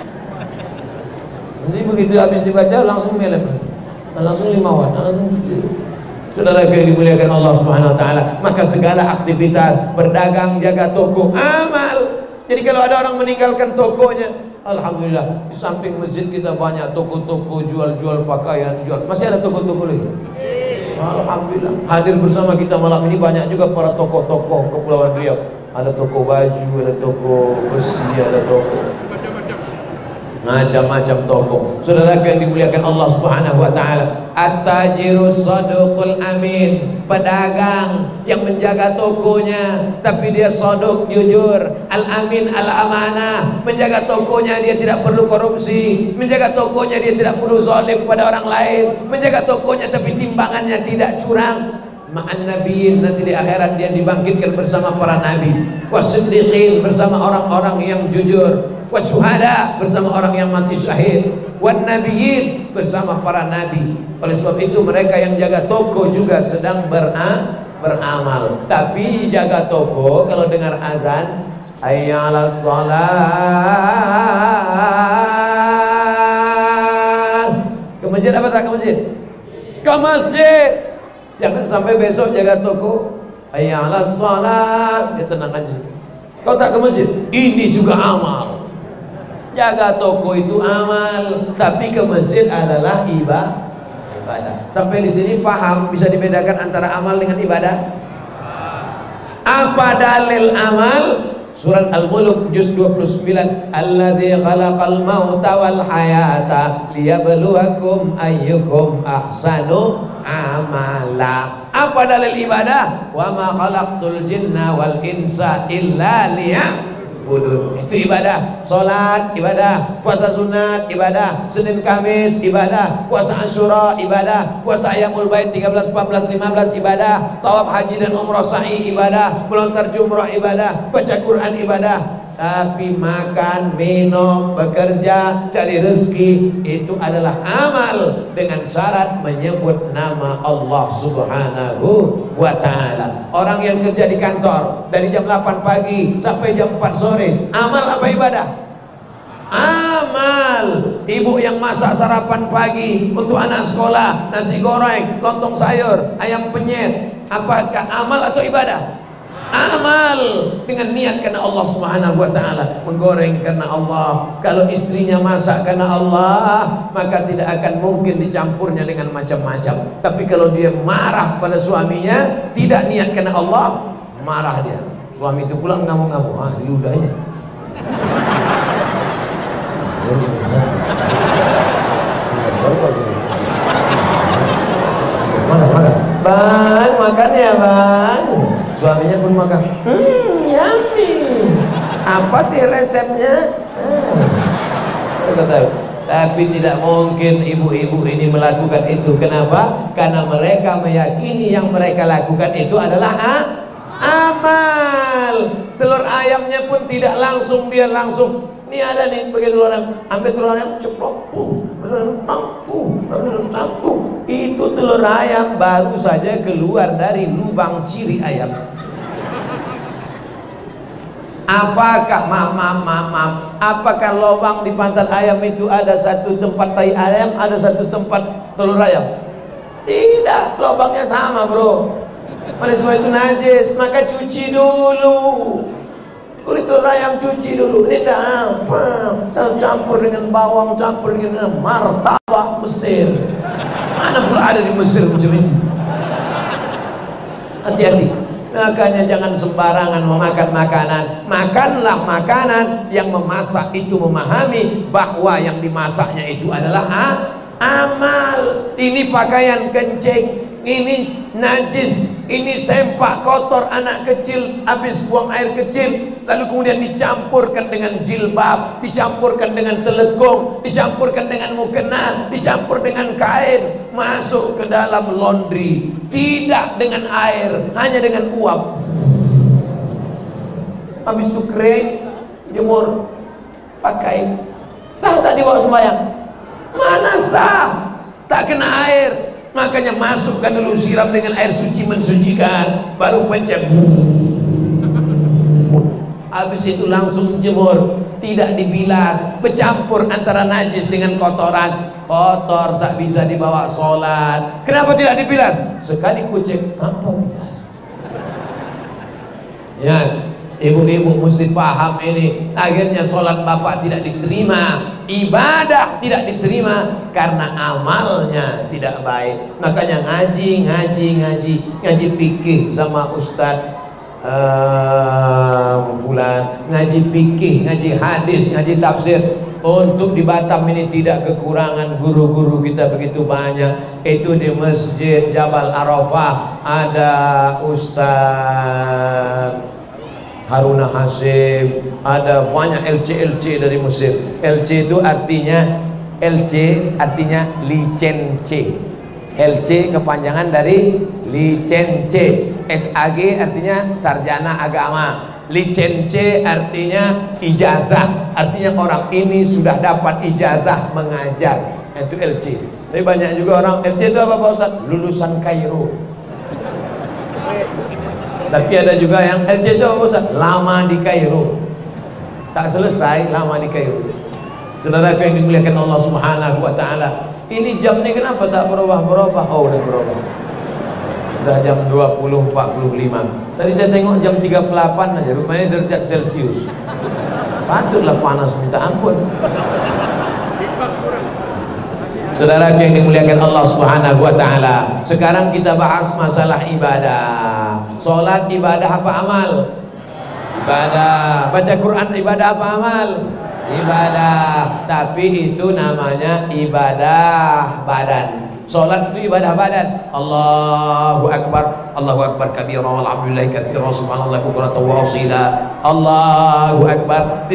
Nanti begitu habis dibaca langsung melem, langsung 5 watt, langsung tidur. Saudara yang dimuliakan Allah Subhanahu wa taala, maka segala aktivitas berdagang, jaga toko, amal. Jadi kalau ada orang meninggalkan tokonya, alhamdulillah, di samping masjid kita banyak toko-toko jual-jual pakaian, masih ada toko-toko lagi. Alhamdulillah. Hadir bersama kita malam ini banyak juga para tokoh-tokoh Kepulauan Riau. Ada toko baju, ada toko besi, ada toko macam-macam toko. Saudara yang dimuliakan Allah Subhanahu wa taala, at-tajirus saduqul amin, pedagang yang menjaga tokonya tapi dia saduq, jujur, al-amin, al-amanah, menjaga tokonya dia tidak perlu korupsi, menjaga tokonya dia tidak perlu zalim pada orang lain, menjaga tokonya tapi timbangannya tidak curang. Ma'an nabiyyin, nanti di akhirat dia dibangkitkan bersama para nabi, wasiddiqin, bersama orang-orang yang jujur, wasyuhada, bersama orang yang mati syahid, wan nabiyyin, bersama para nabi. Oleh sebab itu mereka yang jaga toko juga sedang beramal. Tapi jaga toko kalau dengar azan, hayya 'alas shalah, ke masjid apa tak ke masjid? Ke masjid. Jangan sampai besok jaga toko, hayya 'alas shalah, dia tenang aja. Kau tak ke masjid, ini juga amal. Jaga toko itu amal, tapi ke masjid adalah ibadah. Sampai di sini paham, bisa dibedakan antara amal dengan ibadah? Apa dalil amal? Surat Al-Mulk juz 29, Alladzi khalaqal mauta wal hayata liyabluwakum ayyukum ahsanu amala. Apa dalil ibadah? Wa ma khalaqtul jinna wal insa illa liya'budun. Itu ibadah. Salat ibadah, puasa sunat ibadah, Senin Kamis ibadah, puasa Asyura ibadah, puasa Ayyamul Bait 13, 14, 15 ibadah, tawaf haji dan umrah sa'i ibadah, melontar jumrah ibadah, baca Quran ibadah. Tapi makan, minum, bekerja, cari rezeki itu adalah amal dengan syarat menyebut nama Allah Subhanahu wa ta'ala. Orang yang kerja di kantor dari jam 8 pagi sampai jam 4 sore, amal apa ibadah? Amal. Ibu yang masak sarapan pagi untuk anak sekolah, nasi goreng, lontong sayur, ayam penyet, apakah amal atau ibadah? Amal, dengan niat karena Allah Subhanahu wa ta'ala, menggoreng karena Allah. Kalau istrinya masak karena Allah, maka tidak akan mungkin dicampurnya dengan macam-macam. Tapi kalau dia marah pada suaminya, tidak niat karena Allah, marah dia. Suami itu pulang ngamuk-ngamuk, di ludahnya. Bang, makan ya bang. Suaminya pun makan. Yummy. Apa sih resepnya? Tapi tidak mungkin ibu-ibu ini melakukan itu. Kenapa? Karena mereka meyakini yang mereka lakukan itu adalah amal. Telur ayamnya pun tidak langsung, dia langsung. Ini ada nih, bagi telur ayam, ambil telur ayam, ceplok, tampung. Itu telur ayam baru saja keluar dari lubang ciri ayam. Apakah apakah lubang di pantat ayam itu ada satu tempat tai ayam, ada satu tempat telur ayam? Tidak, lubangnya sama, bro. Oleh sebab itu najis, maka cuci dulu. Kulit telur ayam cuci dulu. Ini dah apa? Campur dengan bawang, campur dengan martabak Mesir. Mana pula ada di Mesir macam itu? Hati-hati. Makanya jangan sembarangan memakan makanan. Makanlah makanan yang memasak itu memahami bahwa yang dimasaknya itu adalah amal. Ini pakaian kencing, ini najis, ini sempak kotor anak kecil habis buang air kecil, lalu kemudian dicampurkan dengan jilbab, dicampurkan dengan telekung, dicampurkan dengan mukena, dicampur dengan kain, masuk ke dalam laundry, tidak dengan air, hanya dengan uap. Habis itu kering, jemur, pakai. Sah tak dibawa sembahyang? Mana sah? Tak kena air. Makanya masukkan dulu, siram dengan air suci mensucikan, baru pencet. Habis itu langsung jemur, tidak dibilas, bercampur antara najis dengan kotoran. Kotor tak bisa dibawa sholat. Kenapa tidak dibilas? Sekali kucek, apa bilas? Ya, ibu-ibu mesti paham ini. Akhirnya sholat bapak tidak diterima, ibadah tidak diterima karena amalnya tidak baik. Makanya ngaji fikih sama ustaz fulan, ngaji fikih, ngaji hadis, ngaji tafsir. Untuk di Batam ini tidak kekurangan guru-guru kita begitu banyak. Itu di Masjid Jabal Arafah ada Ustaz Haruna Hasim, ada banyak LC dari Mesir. LC itu artinya licence. LC kepanjangan dari licence. SAG artinya sarjana agama. Licence artinya ijazah, artinya orang ini sudah dapat ijazah mengajar. Itu LC. Tapi banyak juga orang LC itu apa Pak Ustaz? Lulusan Kairo. Tapi ada juga yang LC itu apa Ustaz? Lama di Kairo. Tak selesai lama di Kairo. Saudara yang dimuliakan Allah Subhanahu wa taala. Ini jam ni kenapa tak berubah-berubah? Oh, udah berubah. Udah jam 20.45. Tadi saya tengok jam 38 aja, rupanya derajat Celcius. Patutlah panas minta ampun. Saudara yang dimuliakan Allah Subhanahu wa taala. Sekarang kita bahas masalah ibadah. Salat ibadah apa amal? Ibadah. Baca Quran ibadah apa amal? Ibadah. Tapi itu namanya ibadah badan. Salat itu ibadah badan. Allahu Akbar, Allahu Akbar kabira walhamdulillahi katsira subhanallah bukratan wa asila. Allahu Akbar.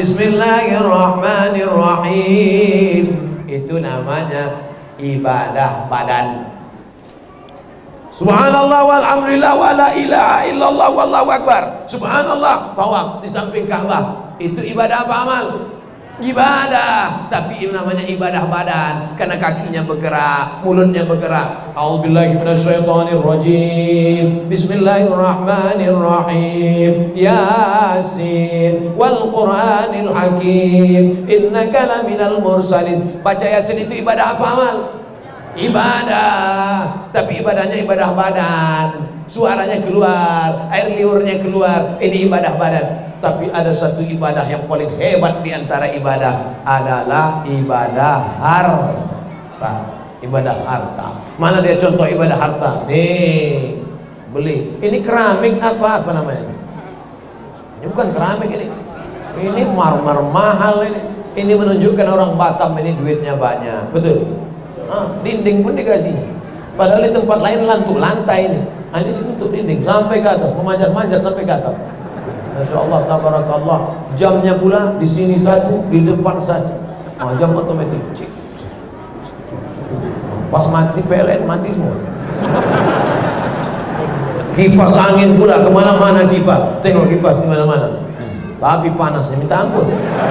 Bismillahirrahmanirrahim. Itu namanya ibadah badan. Subhanallah walhamdulillah wala ilaha illallah wallahu akbar. Subhanallah tawaf di samping Ka'bah. Itu ibadah apa amal? Ibadah, tapi ini namanya ibadah badan karena kakinya bergerak, mulutnya bergerak. A'udzubillahi minasyaitonirrajim. Bismillahirrahmanirrahim. Yasin wal Qur'anil Hakim. Innaka laminal mursalin. Baca Yasin itu ibadah apa amal? Ibadah, tapi ibadahnya ibadah badan. Suaranya keluar, air liurnya keluar. Ini ibadah badan. Tapi ada satu ibadah yang paling hebat di antara ibadah adalah ibadah harta. Ibadah harta. Mana dia contoh ibadah harta? Nih, beli. Ini keramik apa namanya? Ini bukan keramik ini. Ini marmer mahal ini. Ini menunjukkan orang Batam ini duitnya banyak. Betul. Dinding pun dikasih. Padahal di tempat lain lantai ini. Ini sini untuk dinding sampai ke atas, memanjat-manjat sampai ke atas. Masya Allah, tabarakallah. Jamnya pula di sini satu, di depan satu. Jam otomatis. Pas mati PLN mati semua. Kipas angin pula kemana-mana kipas. Tengok kipas di mana-mana. Tapi panasnya minta ampun.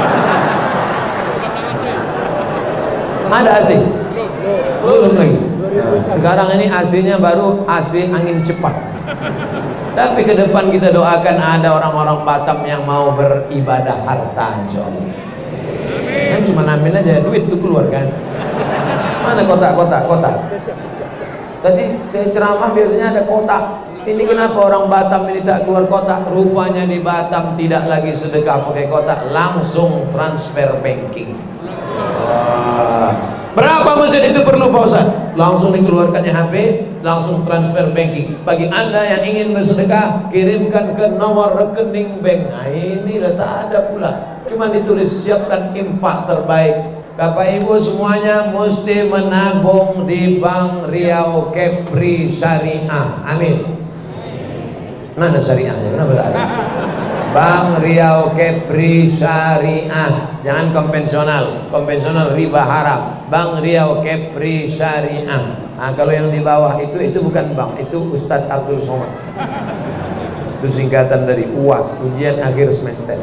Ada AC? Belum lagi. Sekarang ini AC-nya baru AC angin cepat. Tapi ke depan kita doakan ada orang-orang Batam yang mau beribadah harta, insyaallah. Kan cuma ambil aja duit itu keluar kan. Mana kotak. Tadi saya ceramah biasanya ada kotak. Ini kenapa orang Batam ini tak keluar kotak? Rupanya di Batam tidak lagi sedekah pakai kotak, langsung transfer banking. Berapa masjid itu perlu Pak Ustaz? Langsung dikeluarkannya HP, langsung transfer banking. Bagi Anda yang ingin bersedekah, kirimkan ke nomor rekening bank. Nah, ini dah tak ada pula. Cuma ditulis siapkan infak terbaik. Bapak Ibu semuanya mesti menabung di Bank Riau Kepri Syariah. Amin. Mana syariahnya? Kenapa tak ada? Bank Riau Kepri Syariah. Jangan konvensional riba haram. Bank Riau Kepri Syariah. Nah, kalau yang di bawah itu bukan bank, itu Ustadz Abdul Somad. Itu singkatan dari UAS, ujian akhir semester.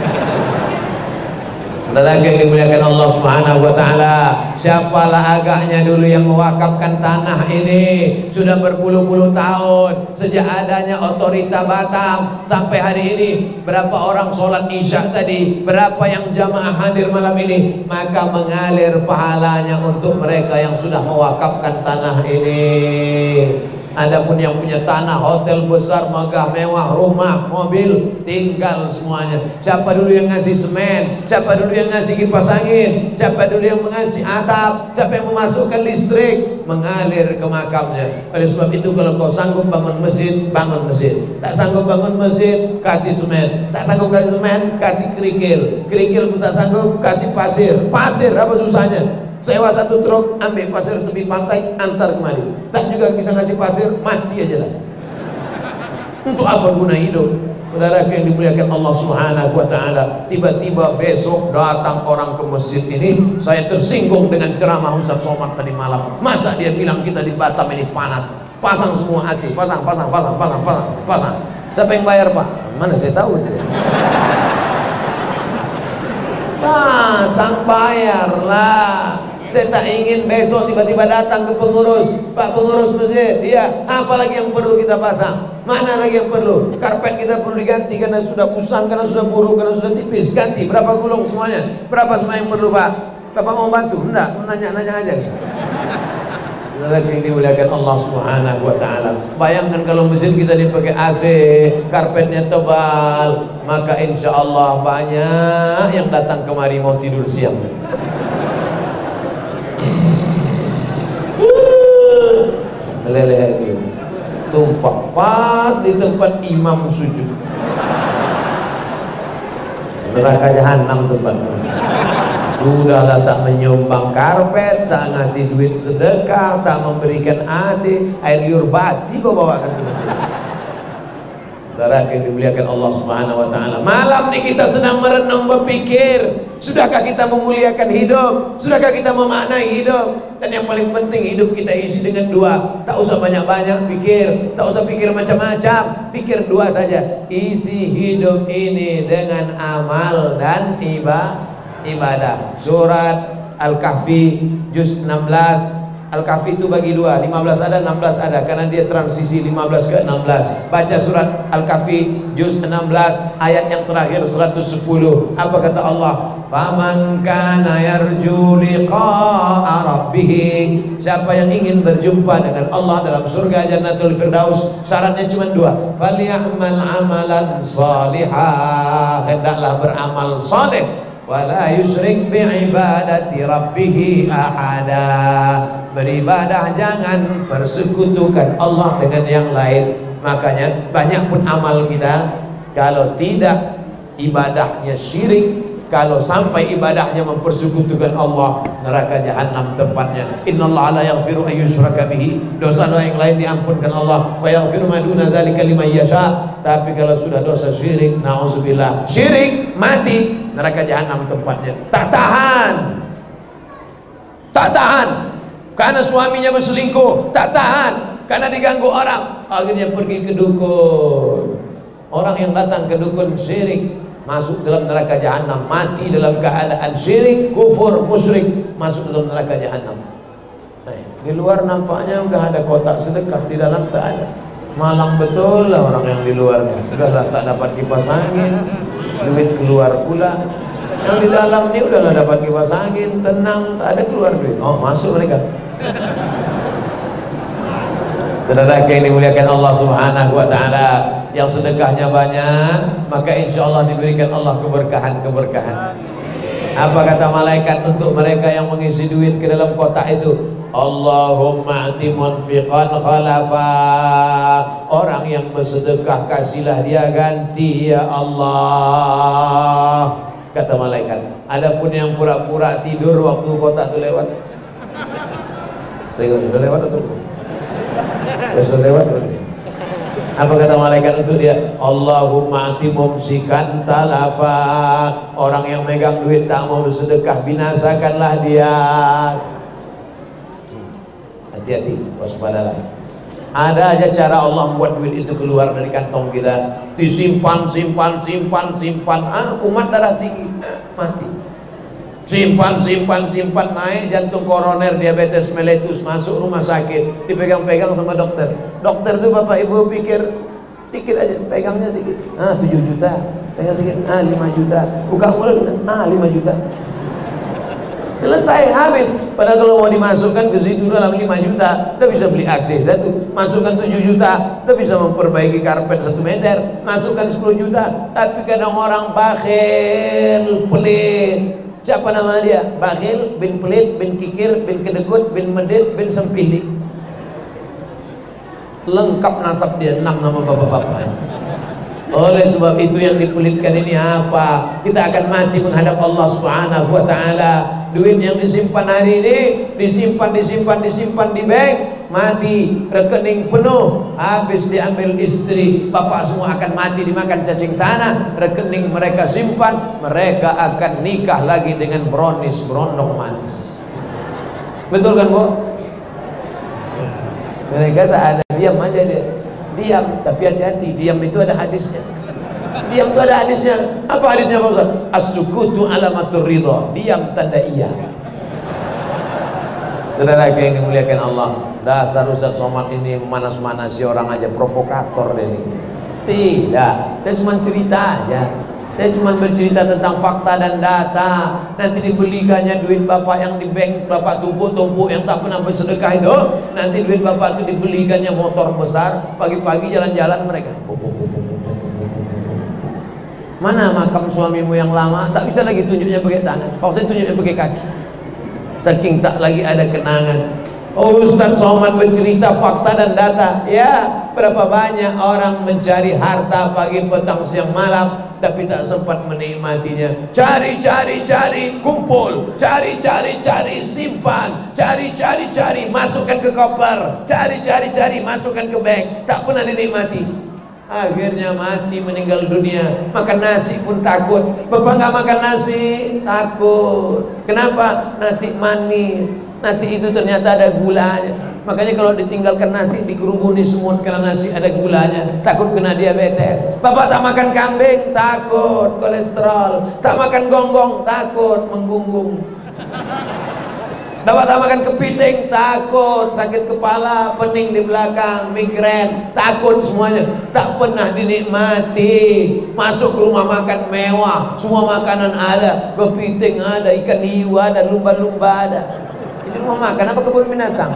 Saudara yang dimuliakan Allah Subhanahu wa taala, siapalah agaknya dulu yang mewakafkan tanah ini sudah berpuluh-puluh tahun sejak adanya otorita Batam sampai hari ini. Berapa orang sholat isya tadi, berapa yang jamaah hadir malam ini, maka mengalir pahalanya untuk mereka yang sudah mewakafkan tanah ini. Adapun yang punya tanah, hotel besar, megah, mewah, rumah, mobil, tinggal semuanya. Siapa dulu yang ngasih semen? Siapa dulu yang ngasih kipas angin? Siapa dulu yang mengasih atap? Siapa yang memasukkan listrik? Mengalir ke makamnya. Oleh sebab itu kalau kau sanggup bangun masjid, bangun masjid. Tak sanggup bangun masjid, kasih semen. Tak sanggup kasih semen, kasih kerikil. Kerikil pun tak sanggup, kasih pasir. Pasir apa susahnya? Sewa satu truk, ambil pasir tepi pantai, antar kemari. Tak juga bisa ngasih pasir, mati aja lah. Untuk apa guna hidup? Saudara yang dimuliakan Allah Subhanahu wa taala, tiba-tiba besok datang orang ke masjid ini. Saya tersinggung dengan ceramah Ustaz Somad tadi malam. Masa dia bilang kita di Batam ini panas? Pasang semua AC, pasang. Siapa yang bayar, Pak? Mana saya tahu itu. Pasang, bayarlah. Saya tak ingin besok tiba-tiba datang ke pengurus, Pak pengurus masjid, iya, apa lagi yang perlu kita pasang? Mana lagi yang perlu? Karpet kita perlu diganti karena sudah usang, karena sudah buruk, karena sudah tipis. Ganti, berapa gulung semuanya? Berapa semua yang perlu, Pak? Bapak mau bantu? Enggak, mau nanya-nanya aja. Saudara yang dimuliakan Allah Subhanahu wa taala. Bayangkan kalau masjid kita dipakai AC, karpetnya tebal, maka insya Allah banyak yang datang kemari mau tidur siang. Meleleh lagi, tumpah pas di tempat imam sujud. Neraka jahanam tempatnya. Sudahlah tak menyumbang karpet, tak ngasih duit sedekah, tak memberikan AC, air liur basi kau bawakan ke masjid. Saudara yang dimuliakan Allah Subhanahu wa taala, malam ini kita sedang merenung berpikir, sudahkah kita memuliakan hidup? Sudahkah kita memaknai hidup? Dan yang paling penting, hidup kita isi dengan dua. Tak usah banyak-banyak pikir, tak usah pikir macam-macam, pikir dua saja. Isi hidup ini dengan amal dan ibadah. Surat Al-Kahfi juz 16. Al-Kahfi itu bagi dua, 15 ada, 16 ada, karena dia transisi 15 ke 16. Baca surat Al-Kahfi juz 16 ayat yang terakhir 110. Apa kata Allah? Faman kana yarju liqa'a rabbih. Siapa yang ingin berjumpa dengan Allah dalam surga Jannatul Firdaus, syaratnya cuma dua. Falyamal amalan salihah. Hendaklah beramal saleh. Wala yusyrik bi'ibadati rabbih ahada. Beribadah jangan persekutukan Allah dengan yang lain. Makanya banyak pun amal kita, kalau tidak ibadahnya syirik, kalau sampai ibadahnya mempersekutukan Allah, neraka jahanam tempatnya. Innallaha la yaghfiru an yushraka bihi. Dosa-dosa yang lain diampunkan Allah. Wa yaghfiru ma duna dzalika liman yasha. Tapi kalau sudah dosa syirik, nauzubillah, syirik, mati, neraka jahanam tempatnya. Tak tahan karena suaminya berselingkuh, tak tahan karena diganggu orang, akhirnya pergi ke dukun. Orang yang datang ke dukun syirik, masuk dalam neraka jahanam, mati dalam keadaan syirik, kufur, musyrik, masuk dalam neraka jahanam. Nah, di luar nampaknya udah ada kotak sedekah, di dalam tak ada. Malang betul lah orang yang di luarnya. Sudahlah tak dapat kipas angin, duit keluar pula. Yang di dalam ini udahlah dapat kipas angin, tenang, tak ada keluar duit. Oh, masuk mereka. Saudara yang dimuliakan Allah Subhanahu wa taala, yang sedekahnya banyak, maka insya Allah diberikan Allah keberkahan-keberkahan. Apa kata malaikat untuk mereka yang mengisi duit ke dalam kotak itu? Allahumma ati munfiqan khalafa. Orang yang bersedekah kasihlah dia ganti ya Allah, kata malaikat. Adapun yang pura-pura tidur waktu kotak itu lewat, sudah lewat atau sudah lewat? Apa kata malaikat untuk dia? Allahumma ati mumsikan talafa. Orang yang megang duit tak mau bersedekah, binasakanlah dia. Hati-hati, waspadalah. Ada aja cara Allah buat duit itu keluar dari kantong kita, disimpan, simpan. Kumat darah tinggi, mati. Simpan, naik jantung koroner, diabetes mellitus, masuk rumah sakit, dipegang-pegang sama dokter. Dokter tuh bapak ibu pikir sedikit aja, pegangnya sedikit, 7 juta, pegang sedikit, 5 juta, buka mulut, 5 juta. Selesai, habis. Padahal kalau mau dimasukkan ke situ dalam 5 juta, udah bisa beli AC satu. Masukkan 7 juta, udah bisa memperbaiki karpet 1 meter. Masukkan 10 juta. Tapi kadang orang bakhil, pelit. Siapa nama dia? Bakhil, bin pelit, bin kikir, bin kedekut, bin medit, bin sempilik. Lengkap nasab dia, 6 nama bapak-bapak. Oleh sebab itu yang dipelitkan ini apa? Kita akan mati menghadap Allah Subhanahu wa taala. Duit yang disimpan hari ini disimpan di bank, mati rekening penuh, habis diambil istri, bapak semua akan mati dimakan cacing tanah. Rekening mereka simpan, mereka akan nikah lagi dengan brownies berondong manis. Betul kan, Bu? Mereka tak ada, diam aja dia. Diam, tapi hati-hati, diam itu ada hadisnya. Diam itu ada hadisnya. Apa hadisnya Pak Ustaz? As-sukutu alamatur ridha. Diam tanda iya. Saudara yang dimuliakan Allah, dasar Ustaz Somad ini memanas-manasi orang aja, provokator ini. Tidak, saya cuma cerita aja. Saya cuma bercerita tentang fakta dan data. Nanti dibelikannya duit bapak yang di bank, bapak tumpuk-tumpuk yang tak pernah bersedekah itu. Nanti duit bapak itu dibelikannya motor besar, pagi-pagi jalan-jalan mereka. Mana makam suamimu yang lama? Tak bisa lagi tunjuknya pakai tangan. Kalau saya tunjuknya pakai kaki. Saking tak lagi ada kenangan. Oh, Ustaz Somad bercerita fakta dan data. Ya, berapa banyak orang mencari harta pagi, petang, siang, malam, tapi tak sempat menikmatinya. Cari, kumpul. Cari, simpan. Cari, masukkan ke koper. Cari, masukkan ke bank. Tak pernah dinikmati. Akhirnya mati, meninggal dunia. Makan nasi pun takut. Bapak nggak makan nasi, takut. Kenapa? Nasi manis. Nasi itu ternyata ada gulanya. Makanya kalau ditinggalkan nasi dikerubuni semut karena nasi ada gulanya. Takut kena diabetes. Bapak tak makan kambing, takut kolesterol. Tak makan gonggong, takut menggunggung. Bapak tak makan kepiting, takut sakit kepala, pening di belakang, migrain, takut semuanya. Tak pernah dinikmati. Masuk ke rumah makan mewah, semua makanan ada, kepiting ada, ikan hiu ada, lumba-lumba ada. Ini rumah makan apa kebun binatang?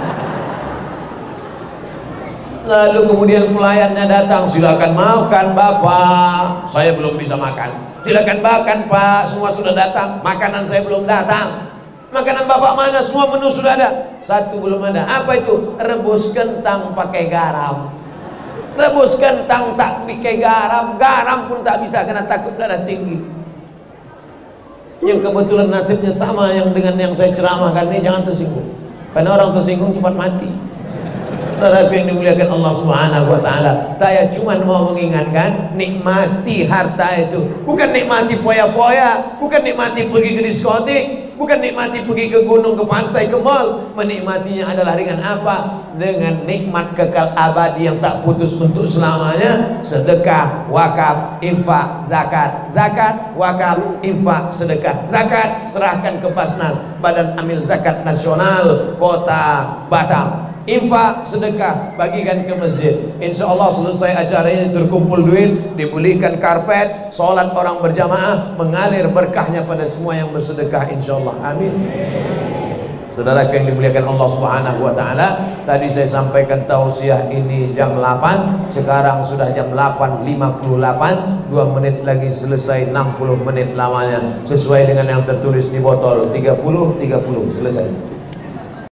Lalu kemudian pelayannya datang, silakan makan Bapak, saya belum bisa makan. Silakan makan Pak, semua sudah datang, makanan saya belum datang. Makanan Bapak mana? Semua menu sudah ada. Satu belum ada. Apa itu? Rebus kentang pakai garam. Rebus kentang tak pakai garam. Garam pun tak bisa karena takut darah tinggi. Yang kebetulan nasibnya sama yang dengan yang saya ceramahkan ini, jangan tersinggung. Karena orang tersinggung cepat mati. Tetapi yang dimuliakan Allah Subhanahu wa taala, saya cuma mau mengingatkan, nikmati harta itu. Bukan nikmati foya-foya, bukan nikmati pergi ke diskotik, Bukan nikmati pergi ke gunung, ke pantai, ke mall. Menikmatinya adalah dengan apa? Dengan nikmat kekal abadi yang tak putus untuk selamanya. Sedekah, wakaf, infak, zakat. Zakat, wakaf, infak, sedekah. Zakat serahkan ke Basnas, Badan Amil Zakat Nasional Kota Batam. Infak, sedekah, bagikan ke masjid. Insya Allah selesai acaranya terkumpul duit, dibelikan karpet, sholat orang berjamaah, mengalir berkahnya pada semua yang bersedekah, insya Allah. Amin. Saudara yang dimuliakan Allah Subhanahu wa Ta'ala, tadi saya sampaikan tausiah ini jam 8, sekarang sudah jam 8.58, 2 menit lagi selesai, 60 menit lamanya, sesuai dengan yang tertulis di botol. 30-30 selesai.